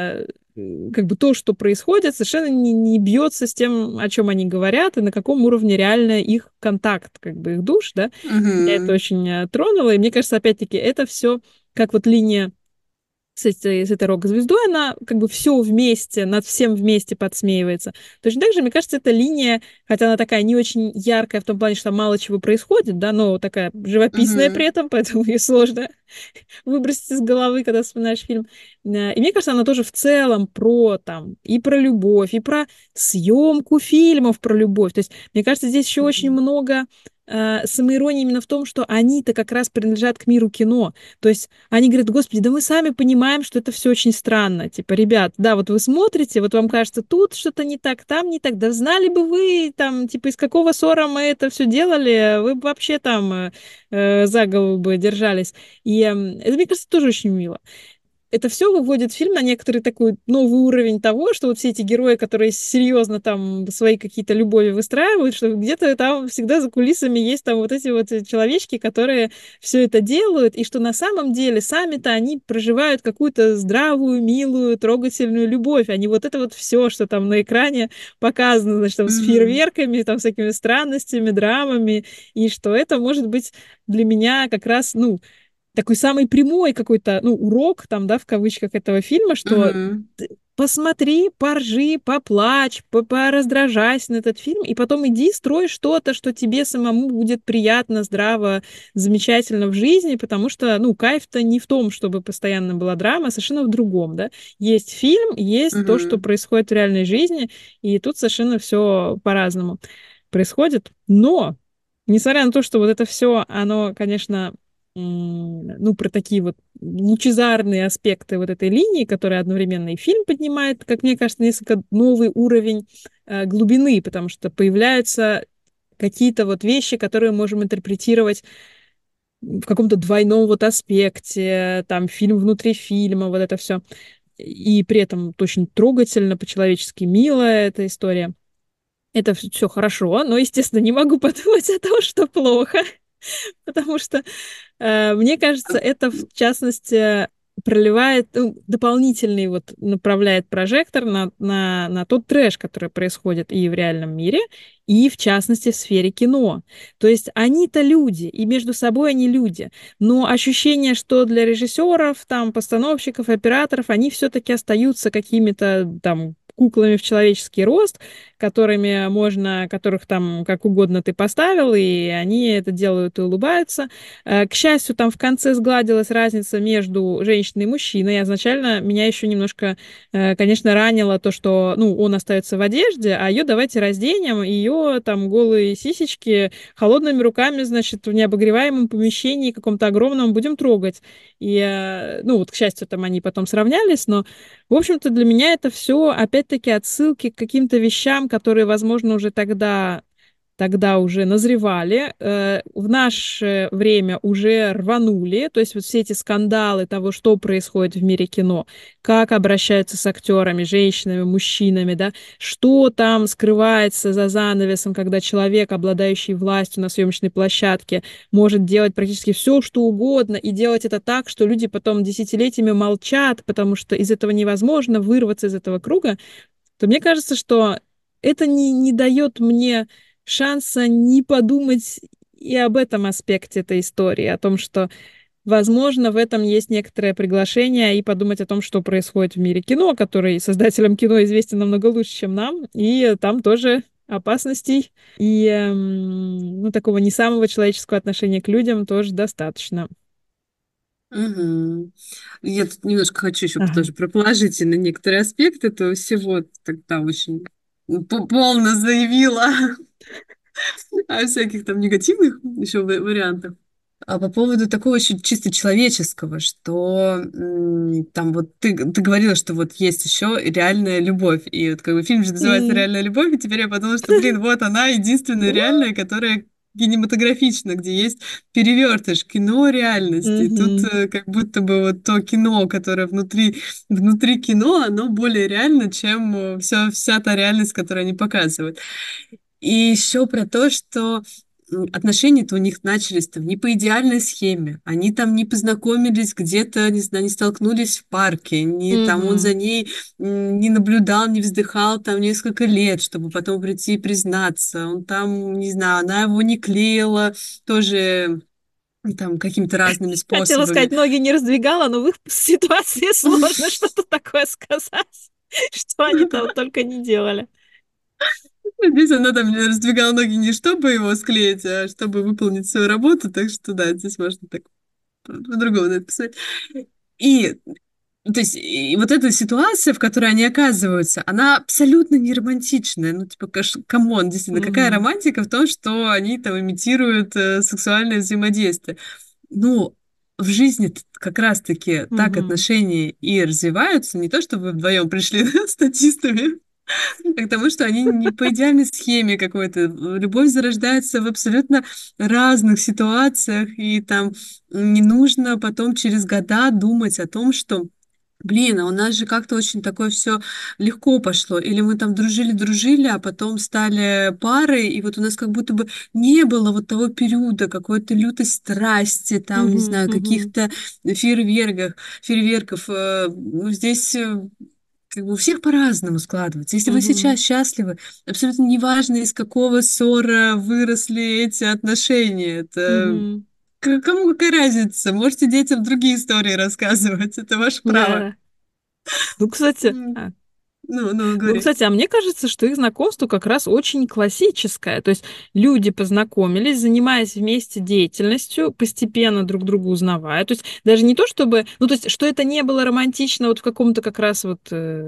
как бы то, что происходит, совершенно не бьется с тем, о чем они говорят, и на каком уровне реально их контакт, как бы их душ, да. Меня это Мгм. очень тронуло, и мне кажется, опять-таки, это все как вот линия с этой рок-звездой, она как бы все вместе, над всем вместе подсмеивается. Точно так же, мне кажется, эта линия, хотя она такая не очень яркая в том плане, что там мало чего происходит, да, но такая живописная при Мгм. этом, поэтому ее сложно выбросить из головы, когда вспоминаешь фильм. И мне кажется, она тоже в целом про там и про любовь, и про съемку фильмов про любовь. То есть, мне кажется, здесь еще очень Мгм. много самоирония именно в том, что они-то как раз принадлежат к миру кино. То есть они говорят, господи, да мы сами понимаем, что это все очень странно. Типа, ребят, да, вот вы смотрите, вот вам кажется, тут что-то не так, там не так. Да знали бы вы, там, типа, из какого ссора мы это все делали, вы бы вообще там за голову бы держались. И это, мне кажется, тоже очень мило. Это все выводит фильм на некоторый такой новый уровень того, что вот все эти герои, которые серьезно там свои какие-то любови выстраивают, что где-то там всегда за кулисами есть там вот эти вот человечки, которые все это делают, и что на самом деле сами-то они проживают какую-то здравую, милую, трогательную любовь, а не вот это вот все, что там на экране показано, значит, там с Мгм. фейерверками, там всякими странностями, драмами, и что это может быть для меня как раз, ну, такой самый прямой какой-то, ну, урок там, да, в кавычках этого фильма, что Мгм. посмотри, поржи, поплачь, пораздражайся на этот фильм, и потом иди строй что-то, что тебе самому будет приятно, здраво, замечательно в жизни, потому что, ну, кайф-то не в том, чтобы постоянно была драма, а совершенно в другом, да. Есть фильм, есть то, что Мгм. происходит в реальной жизни, и тут совершенно все по-разному происходит. Но, несмотря на то, что вот это все, оно, конечно, ну, про такие вот лучезарные аспекты вот этой линии, которая одновременно и фильм поднимает, как мне кажется, несколько новый уровень глубины, потому что появляются какие-то вот вещи, которые мы можем интерпретировать в каком-то двойном вот аспекте, там фильм внутри фильма, вот это все. И при этом очень трогательно, по-человечески милая эта история. Это все хорошо, но, естественно, не могу подумать о том, что плохо, потому что мне кажется, это, в частности, проливает, ну, дополнительный вот направляет прожектор на тот трэш, который происходит и в реальном мире, и, в частности, в сфере кино. То есть они-то люди, и между собой они люди. Но ощущение, что для режиссеров, там, постановщиков, операторов, они все-таки остаются какими-то там куклами в человеческий рост, которыми можно, которых там как угодно ты поставил, и они это делают и улыбаются. К счастью, там в конце сгладилась разница между женщиной и мужчиной. И изначально меня еще немножко, конечно, ранило то, что, ну, он остается в одежде, а ее давайте разденем, ее там голые сисечки холодными руками, значит, в необогреваемом помещении каком-то огромном будем трогать. И, ну, вот, к счастью, там они потом сравнялись, но, в общем-то, для меня это все, опять-таки, отсылки к каким-то вещам, которые, возможно, уже тогда уже назревали, в наше время уже рванули, то есть вот все эти скандалы того, что происходит в мире кино, как обращаются с актерами, женщинами, мужчинами, да, что там скрывается за занавесом, когда человек, обладающий властью на съемочной площадке, может делать практически все, что угодно, и делать это так, что люди потом десятилетиями молчат, потому что из этого невозможно вырваться из этого круга, то мне кажется, что это не дает мне шанса не подумать и об этом аспекте этой истории, о том, что, возможно, в этом есть некоторое приглашение и подумать о том, что происходит в мире кино, который создателям кино известен намного лучше, чем нам, и там тоже опасностей и ну, такого не самого человеческого отношения к людям тоже достаточно. Мгм. Я тут немножко хочу еще Ага. тоже про положительные некоторые аспекты этого всего. Тогда очень полно заявила о всяких там негативных еще вариантах. А по поводу такого еще чисто человеческого, что там вот ты говорила, что вот есть еще реальная любовь. И вот как бы фильм же называется М. «Реальная любовь», и теперь я подумала, что, блин, вот она единственная реальная, которая кинематографична, где есть перевертыш, кино реальности. И тут Мгм. как будто бы вот то кино, которое внутри кино, оно более реально, чем вся та реальность, которую они показывают. И еще про то, что отношения-то у них начались-то не по идеальной схеме. Они там не познакомились где-то, не знаю, не столкнулись в парке, не там он за Мгм. ней не наблюдал, не вздыхал там несколько лет, чтобы потом прийти и признаться. Он там, не знаю, она его не клеила, тоже там какими-то разными Хотела сказать, способами. ноги не раздвигала, но в их ситуации сложно что-то такое сказать, что они там только не делали. Здесь она там раздвигала ноги не чтобы его склеить, а чтобы выполнить свою работу, так что да, здесь можно так по-другому написать. И То есть, и вот эта ситуация, в которой они оказываются, она абсолютно не романтичная. Ну, типа, камон, действительно, какая Мгм. романтика в том, что они там имитируют сексуальное взаимодействие. Ну, в жизни как раз-таки так Мгм. отношения и развиваются, не то, что вы вдвоем пришли статистами, а к тому, что они не по идеальной схеме какой-то. Любовь зарождается в абсолютно разных ситуациях, и там не нужно потом через года думать о том, что блин, а у нас же как-то очень такое все легко пошло. Или мы там дружили-дружили, а потом стали парой, и вот у нас как будто бы не было вот того периода какой-то лютой страсти, там, не Мгм. знаю, Мгм. каких-то фейерверков. Ну, здесь как бы у всех по-разному складывается. Если вы Мгм. сейчас счастливы, абсолютно неважно, из какого ссора выросли эти отношения. Это Мгм. кому какая разница? Можете детям другие истории рассказывать. Это ваше право. Да. Ну, кстати, М, ну, ну, говори. кстати, а мне кажется, что их знакомство как раз очень классическое. То есть люди познакомились, занимаясь вместе деятельностью, постепенно друг друга узнавая. То есть даже не то, чтобы... Ну, то есть, что это не было романтично вот в каком-то как раз вот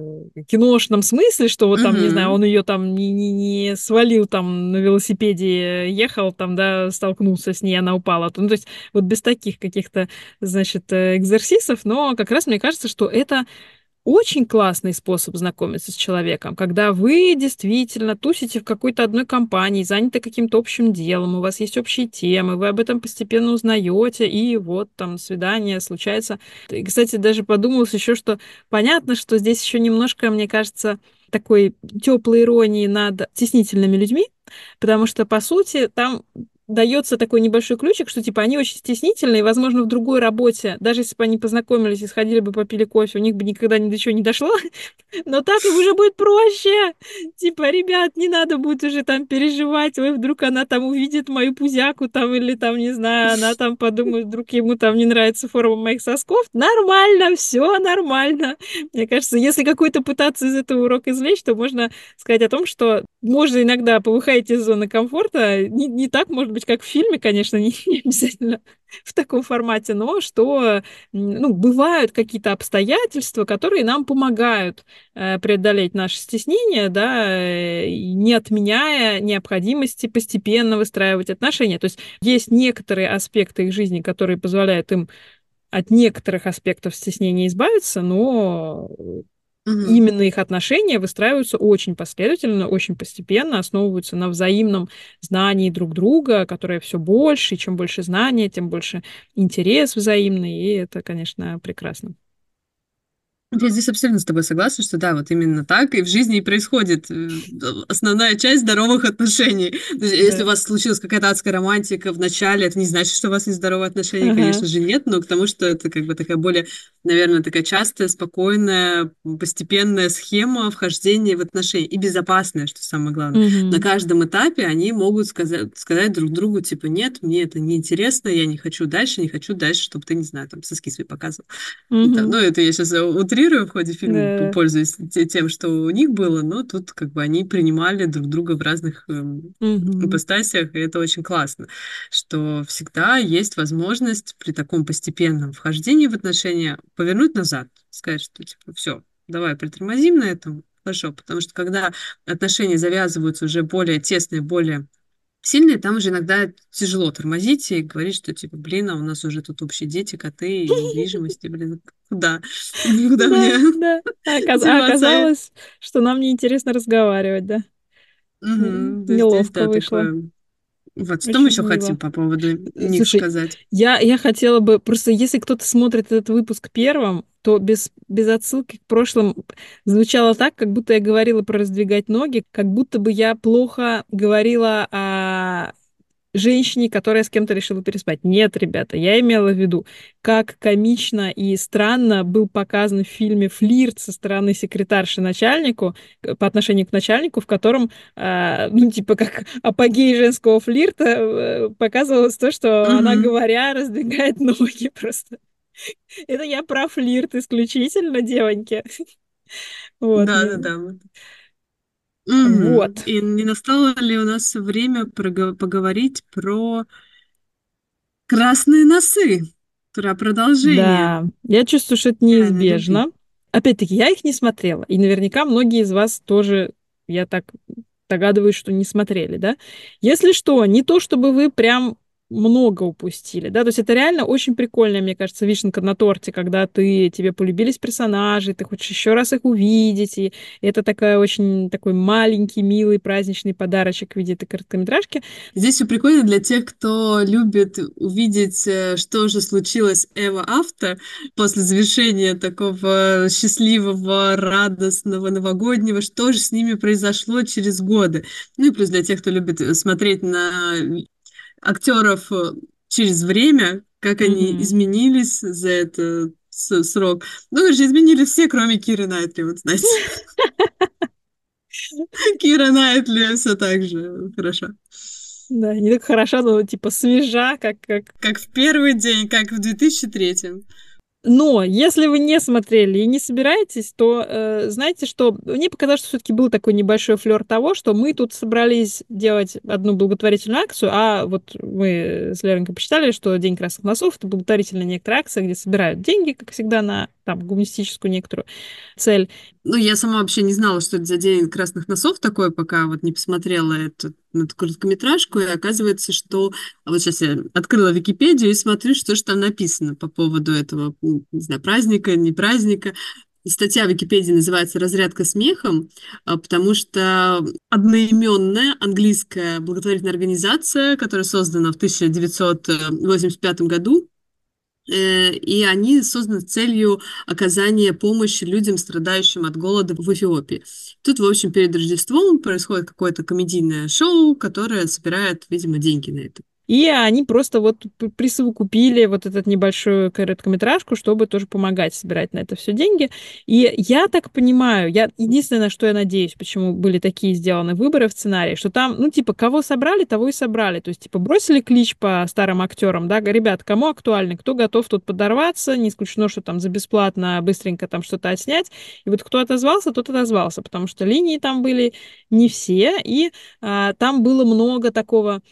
киношном смысле, что вот там, не знаю, Мгм. он ее там не свалил там на велосипеде, ехал там, да, столкнулся с ней, она упала. Ну, то есть вот без таких каких-то, значит, экзерсисов, но как раз мне кажется, что это очень классный способ знакомиться с человеком, когда вы действительно тусите в какой-то одной компании, заняты каким-то общим делом, у вас есть общие темы, вы об этом постепенно узнаете, и вот там свидание случается. И, кстати, даже подумалось еще, что понятно, что здесь еще немножко, мне кажется, такой теплой иронии над стеснительными людьми, потому что, по сути, там дается такой небольшой ключик, что типа они очень стеснительные, и, возможно, в другой работе, даже если бы они познакомились и сходили бы попили кофе, у них бы никогда ни до чего не дошло, но так им уже будет проще. Типа, ребят, не надо будет уже там переживать, ой, вдруг она там увидит мою пузяку там, или там, не знаю, она там подумает, вдруг ему там не нравится форма моих сосков. Нормально, все нормально. Мне кажется, если какой-то пытаться из этого урока извлечь, то можно сказать о том, что можно иногда повыходить из зоны комфорта. Не так, может быть, как в фильме, конечно, не обязательно в таком формате, но что ну, бывают какие-то обстоятельства, которые нам помогают преодолеть наше стеснение, да, не отменяя необходимости постепенно выстраивать отношения. То есть есть некоторые аспекты их жизни, которые позволяют им от некоторых аспектов стеснения избавиться, но Мгм. именно их отношения выстраиваются очень последовательно, очень постепенно, основываются на взаимном знании друг друга, которое все больше, и чем больше знания, тем больше интерес взаимный, и это, конечно, прекрасно. Я здесь абсолютно с тобой согласна, что да, вот именно так и в жизни и происходит основная часть здоровых отношений. То есть, если у Да. вас случилась какая-то адская романтика в начале, это не значит, что у вас нездоровые отношения, Ага. конечно же, нет, но к тому, что это как бы такая более, наверное, такая частая, спокойная, постепенная схема вхождения в отношения и безопасная, что самое главное. На Мгм. каждом этапе они могут сказать друг другу, типа, нет, мне это не интересно, я не хочу дальше, чтобы ты, не знаю, там, соски свои показывал. Да, ну, Мгм. это я сейчас утрирую в ходе фильма, Да. пользуясь тем, что у них было, но тут как бы они принимали друг друга в разных Мгм. ипостасях, и это очень классно, что всегда есть возможность при таком постепенном вхождении в отношения повернуть назад, сказать, что типа все, давай притормозим на этом, хорошо, потому что когда отношения завязываются уже более тесные, более сильные, там уже иногда тяжело тормозить и говорить, что типа, блин, а у нас уже тут общие дети, коты и недвижимость, и, блин, куда? Куда Да, мне да. А деваться? оказалось, что нам неинтересно разговаривать, да. То есть здесь, Неловко да, вышло. такое. Вот, что мы Очень еще хотим мило. по поводу них Слушай, сказать? я хотела бы, просто если кто-то смотрит этот выпуск первым, то без отсылки к прошлым звучало так, как будто я говорила про раздвигать ноги, как будто бы я плохо говорила о женщине, которая с кем-то решила переспать. Нет, ребята, я имела в виду, как комично и странно был показан в фильме флирт со стороны секретарши начальнику по отношению к начальнику, в котором, ну, типа, как апогей женского флирта показывалось то, что она, Мгм. говоря, раздвигает ноги просто. Это я про флирт исключительно, девоньки. Вот, Да, не... да, да. Вот. И не настало ли у нас время поговорить про красные носы? Про продолжение. Да, я чувствую, что это Реальной любви. неизбежно. Опять-таки, я их не смотрела. И наверняка многие из вас тоже, я так догадываюсь, что не смотрели, да? Если что, не то, чтобы вы прям много упустили, да, то есть это реально очень прикольная, мне кажется, вишенка на торте, когда тебе полюбились персонажи, ты хочешь еще раз их увидеть, и это такая очень такой маленький, милый, праздничный подарочек в виде этой короткометражки. Здесь все прикольно для тех, кто любит увидеть, что же случилось Эва After после завершения такого счастливого, радостного, новогоднего, что же с ними произошло через годы. Ну и плюс для тех, кто любит смотреть на актеров через время, как они Мгм. изменились за этот срок. Ну, же изменились все, кроме Киры Найтли, вот знаете. Кира Найтли все так же хорошо. Да, не так хороша, но типа свежа, как Как в первый день, как в 2003-м. Но если вы не смотрели и не собираетесь, то знаете, что мне показалось, что все-таки был такой небольшой флер того, что мы тут собрались делать одну благотворительную акцию, а вот мы с Леронькой посчитали, что День красных носов — это благотворительная некоторая акция, где собирают деньги, как всегда, на там гуманистическую некоторую цель. Ну, я сама вообще не знала, что это за день красных носов такой, пока вот не посмотрела эту короткометражку, и оказывается, что... А вот сейчас я открыла Википедию и смотрю, что же там написано по поводу этого, не знаю, праздника, не праздника. Статья в Википедии называется «Разрядка смехом», потому что одноименная английская благотворительная организация, которая создана в 1985 году, и они созданы с целью оказания помощи людям, страдающим от голода в Эфиопии. Тут, в общем, перед Рождеством происходит какое-то комедийное шоу, которое собирает, видимо, деньги на это. И они просто вот присовокупили вот этот небольшую короткометражку, чтобы тоже помогать собирать на это все деньги. И я так понимаю, единственное, на что я надеюсь, почему были такие сделаны выборы в сценарии, что там, ну, типа, кого собрали, того и собрали. То есть, типа, бросили клич по старым актерам, да, ребят, кому актуально, кто готов тут подорваться, не исключено, что там за бесплатно быстренько там что-то отснять. И вот кто отозвался, тот отозвался, потому что линии там были не все, и там было много такого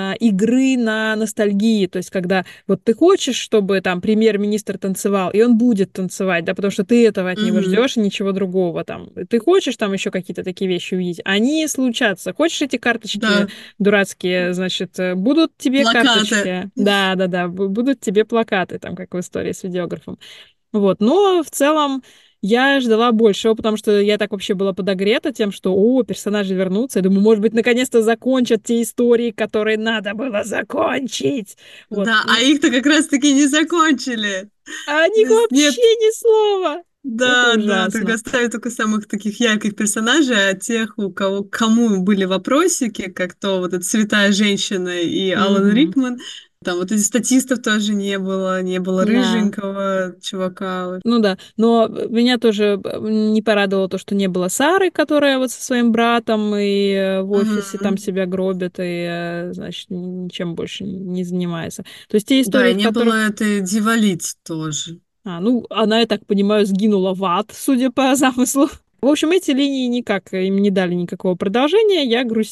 игры на ностальгии, то есть когда вот ты хочешь, чтобы там премьер-министр танцевал, и он будет танцевать, да, потому что ты этого от него Мгм. ждешь, и ничего другого там. Ты хочешь там еще какие-то такие вещи увидеть, они случатся. Хочешь эти карточки Да, дурацкие, значит, будут тебе плакаты. карточки, да-да-да, будут тебе плакаты, там, как в истории с видеографом. Вот, но в целом я ждала большего, потому что я так вообще была подогрета тем, что, персонажи вернутся. Я думаю, может быть, наконец-то закончат те истории, которые надо было закончить. Вот. Да, а их-то как раз-таки не закончили. А о То них есть вообще нет. ни слова. Это Да, да, только ужасно. оставили только самых таких ярких персонажей, а тех, кому были вопросики, как то вот эта святая женщина и Алан Мгм. Рикман, там вот этих статистов тоже не было Да. рыженького чувака. Ну да, но меня тоже не порадовало то, что не было Сары, которая вот со своим братом и в офисе там Мгм. себя гробит и, значит, ничем больше не занимается. То есть те Да, истории, и в не было которых этой Дивалиц тоже. Ну, она, я так понимаю, сгинула в ад, судя по замыслу. В общем, эти линии никак им не дали никакого продолжения.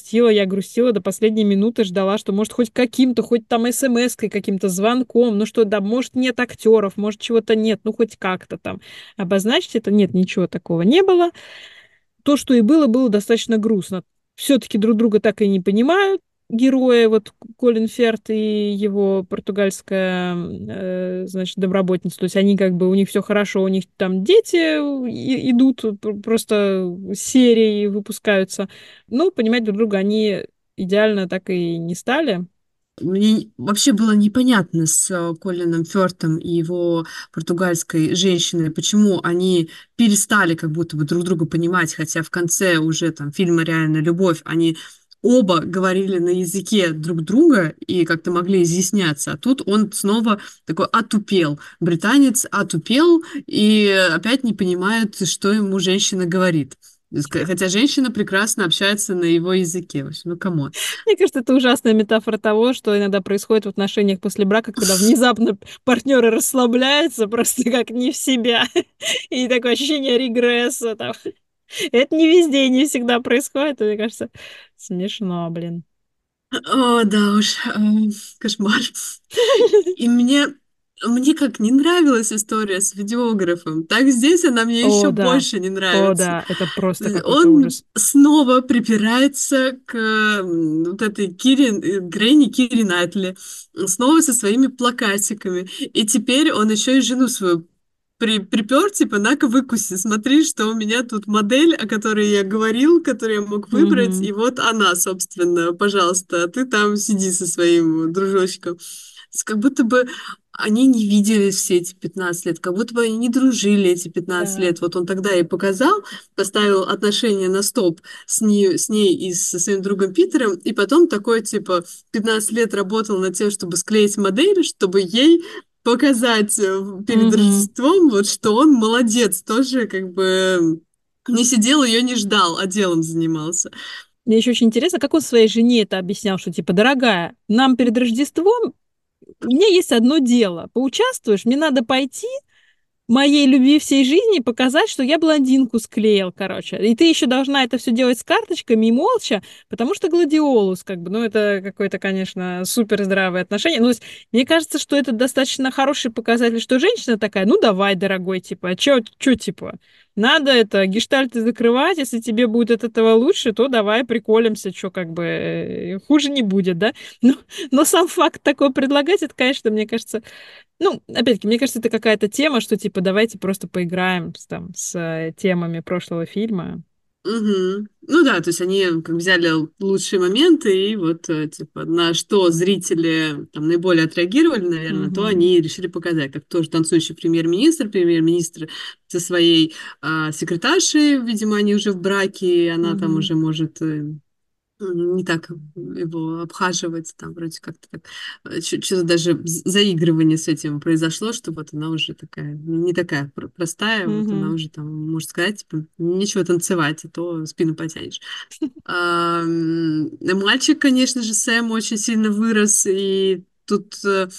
Я грустила до последней минуты, ждала, что может хоть каким-то, хоть там смс-кой, каким-то звонком, ну что, да, может нет актеров, может чего-то нет, ну хоть как-то там обозначить это. Нет, ничего такого не было. То, что и было, было достаточно грустно. Все-таки друг друга так и не понимают герои, вот Колин Ферт и его португальская, значит, домработница. То есть они как бы, у них все хорошо, у них там дети идут, просто серии выпускаются. Но понимать друг друга они идеально так и не стали. Мне вообще было непонятно с Колином Фёртом и его португальской женщиной, почему они перестали как будто бы друг друга понимать, хотя в конце уже там фильма «Реальная любовь» они оба говорили на языке друг друга и как-то могли изъясняться, а тут он снова такой отупел. Британец отупел и опять не понимает, что ему женщина говорит. Хотя женщина прекрасно общается на его языке. В общем, ну, камон. Мне кажется, это ужасная метафора того, что иногда происходит в отношениях после брака, когда внезапно партнеры расслабляются просто как не в себя. И такое ощущение регресса там. Это не везде, не всегда происходит. И мне кажется, смешно, блин. О, да уж, кошмар. И мне Мне как не нравилась история с видеографом, так здесь она мне еще О, да. больше не О, нравится. да, это просто какой-то Он ужас. снова припирается к вот этой Грейни Кири Найтли, снова со своими плакатиками. И теперь он еще и жену свою припер, типа, на-ка выкуси, смотри, что у меня тут модель, о которой я говорил, которую я мог выбрать, Мгм. и вот она, собственно, пожалуйста, а ты там сиди со своим дружочком. То есть как будто бы они не виделись все эти 15 лет, как будто бы они не дружили эти 15 Да. лет. Вот он тогда и показал, поставил отношения на стоп с ней и со своим другом Питером, и потом такой, типа, 15 лет работал над тем, чтобы склеить модель, чтобы ей показать перед Мгм. Рождеством, вот, что он молодец, тоже как бы не сидел, ее не ждал, а делом занимался. Мне еще очень интересно, как он своей жене это объяснял, что типа, дорогая, нам перед Рождеством у меня есть одно дело. Поучаствуешь, мне надо пойти моей любви всей жизни показать, что я блондинку склеил, короче. И ты еще должна это все делать с карточками и молча, потому что гладиолус, как бы, ну, это какое-то, конечно, супер здравое отношение. Ну, то есть, мне кажется, что это достаточно хороший показатель, что женщина такая, ну, давай, дорогой, типа, а чё, типа, надо это, гештальты закрывать, если тебе будет от этого лучше, то давай приколимся, что как бы хуже не будет, да? Но сам факт такой предлагать, это, конечно, мне кажется, ну, опять-таки, мне кажется, это какая-то тема, что типа давайте просто поиграем с темами прошлого фильма. Мгм. Ну да, то есть они как взяли лучшие моменты и вот типа на что зрители там наиболее отреагировали, наверное, то Мгм. они решили показать, как тоже танцующий премьер-министр со своей секретаршей, видимо, они уже в браке, и она там Мгм. уже может не так его обхаживать, там вроде как-то так, что-то даже заигрывание с этим произошло, что вот она уже такая, не такая простая, вот она Мгм. уже там, может сказать, типа, нечего танцевать, а то спину потянешь. Мальчик, конечно же, Сэм очень сильно вырос, и тут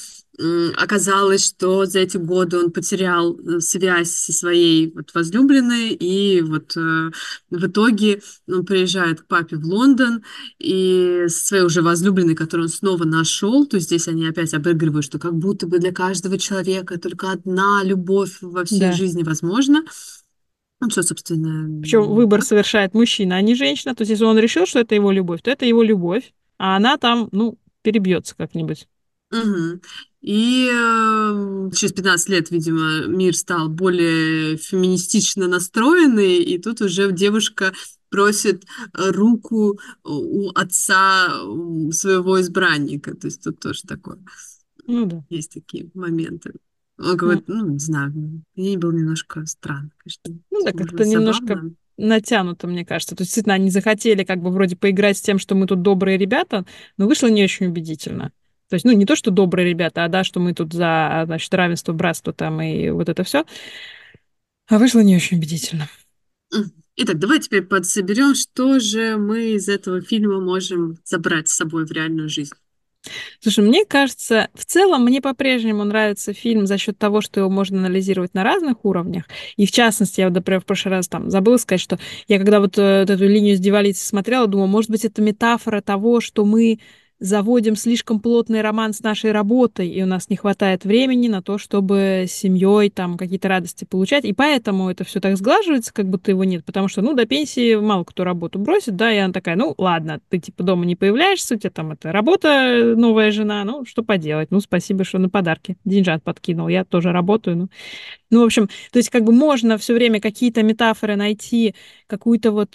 оказалось, что за эти годы он потерял связь со своей вот возлюбленной, и вот в итоге он приезжает к папе в Лондон, и со своей уже возлюбленной, которую он снова нашел, то есть здесь они опять обыгрывают, что как будто бы для каждого человека только одна любовь во всей Да. жизни возможна. Ну, что, собственно, Причем выбор совершает мужчина, а не женщина. То есть, если он решил, что это его любовь, то это его любовь. А она там, ну, перебьется как-нибудь. Мгм. И через 15 лет, видимо, мир стал более феминистично настроенный, и тут уже девушка просит руку у отца своего избранника. То есть тут тоже такое. Ну да. Есть такие моменты. Он М. говорит, ну, не знаю, мне было немножко странно, конечно. Ну да, Может как-то быть, немножко забавно. натянуто, мне кажется. То есть, действительно, они захотели как бы вроде поиграть с тем, что мы тут добрые ребята, но вышло не очень убедительно. То есть, ну, не то, что добрые ребята, а да, что мы тут за, значит, равенство, братство там и вот это все. А вышло не очень убедительно. Итак, давай теперь подсоберем, что же мы из этого фильма можем забрать с собой в реальную жизнь. Слушай, мне кажется, в целом мне по-прежнему нравится фильм за счет того, что его можно анализировать на разных уровнях. И в частности, я вот, например, в прошлый раз там забыла сказать, что я когда вот эту линию с дьяволицей смотрела, думала, может быть, это метафора того, что мы заводим слишком плотный роман с нашей работой, и у нас не хватает времени на то, чтобы с семьей там какие-то радости получать, и поэтому это все так сглаживается, как будто его нет, потому что, ну, до пенсии мало кто работу бросит, да, и она такая, ну, ладно, ты типа дома не появляешься, у тебя там это работа, новая жена, ну, что поделать, ну, спасибо, что на подарки деньжат подкинул, я тоже работаю, ну, в общем, то есть как бы можно все время какие-то метафоры найти, какую-то вот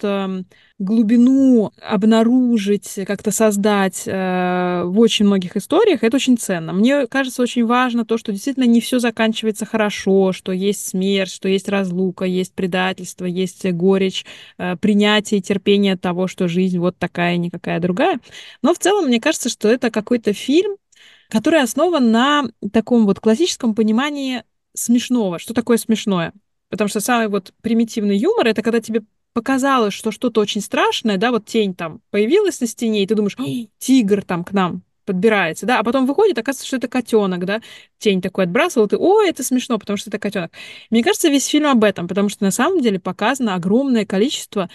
глубину обнаружить, как-то создать в очень многих историях. Это очень ценно. Мне кажется, очень важно то, что действительно не все заканчивается хорошо, что есть смерть, что есть разлука, есть предательство, есть горечь, принятие и терпение того, что жизнь вот такая, никакая другая. Но в целом, мне кажется, что это какой-то фильм, который основан на таком вот классическом понимании смешного. Что такое смешное? Потому что самый вот примитивный юмор — это когда тебе показалось, что что-то очень страшное, да, вот тень там появилась на стене, и ты думаешь, «Ой, тигр там к нам подбирается, да, а потом выходит, оказывается, что это котенок, да, тень такой отбрасывал, ты, ой, это смешно, потому что это котенок. Мне кажется, весь фильм об этом, потому что на самом деле показано огромное количество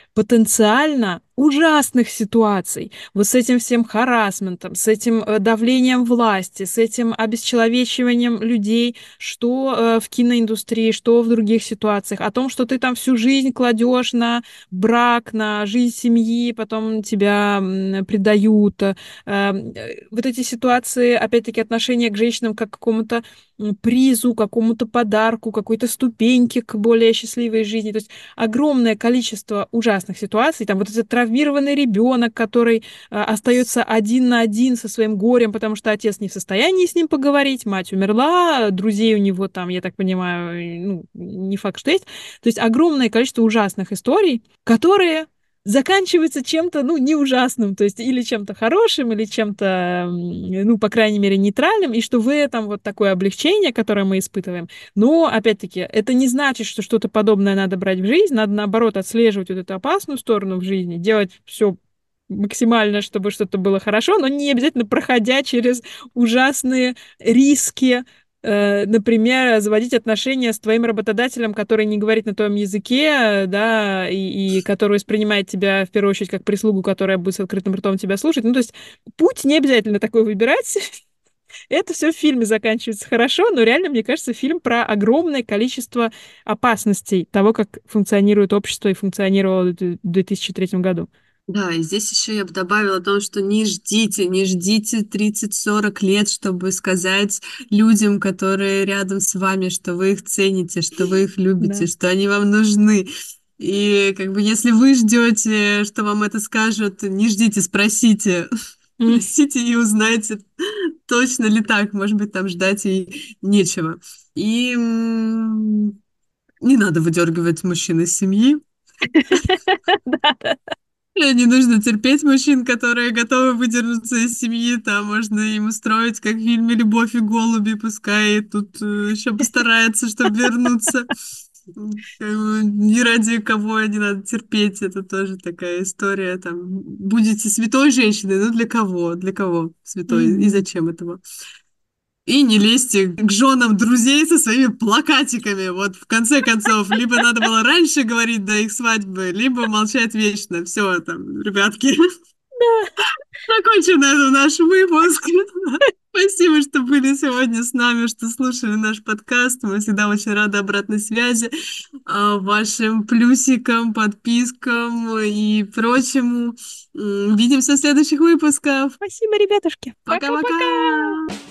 потенциально ужасных ситуаций. Вот с этим всем харассментом, с этим давлением власти, с этим обесчеловечиванием людей, что в киноиндустрии, что в других ситуациях, о том, что ты там всю жизнь кладешь на брак, на жизнь семьи, потом тебя предают. Вот эти ситуации, опять-таки, отношения к женщинам как к какому-то призу, какому-то подарку, какой-то ступеньке к более счастливой жизни. То есть огромное количество ужасных ситуаций. Там вот этот травмированный ребенок, который остается один на один со своим горем, потому что отец не в состоянии с ним поговорить, мать умерла, друзей у него там, я так понимаю, ну, не факт, что есть. То есть огромное количество ужасных историй, которые заканчивается чем-то, ну, не ужасным, то есть или чем-то хорошим, или чем-то, ну, по крайней мере, нейтральным, и что в этом вот такое облегчение, которое мы испытываем. Но, опять-таки, это не значит, что что-то подобное надо брать в жизнь, надо, наоборот, отслеживать вот эту опасную сторону в жизни, делать все максимально, чтобы что-то было хорошо, но не обязательно проходя через ужасные риски, например, заводить отношения с твоим работодателем, который не говорит на твоем языке, да, и который воспринимает тебя в первую очередь как прислугу, которая будет с открытым ртом тебя слушать. Ну, то есть путь не обязательно такой выбирать. Это все в фильме заканчивается хорошо, но реально, мне кажется, фильм про огромное количество опасностей того, как функционирует общество и функционировало в 2003 году. Да, и здесь еще я бы добавила о том, что не ждите 30-40 лет, чтобы сказать людям, которые рядом с вами, что вы их цените, что вы их любите, Да. что они вам нужны. И как бы если вы ждете, что вам это скажут, не ждите, спросите. М. Спросите и узнайте, точно ли так. Может быть, там ждать и нечего. И не надо выдергивать мужчин из семьи. Не нужно терпеть мужчин, которые готовы выдернуться из семьи. Там можно им устроить, как в фильме «Любовь и голуби», пускай тут еще постарается, чтобы вернуться. Как бы ни ради кого не надо терпеть. Это тоже такая история. Там, будете святой женщиной, но для кого? Для кого святой? И Мгм. зачем этого? И не лезьте к женам друзей со своими плакатиками. Вот в конце концов, либо надо было раньше говорить до их свадьбы, либо молчать вечно. Все там, ребятки. Закончим на этом наш выпуск. Спасибо, что были сегодня с нами, что слушали наш подкаст. Мы всегда очень рады обратной связи, вашим плюсикам, подпискам и прочему. Увидимся в следующих выпусках. Спасибо, ребятушки. Пока-пока! Пока-пока.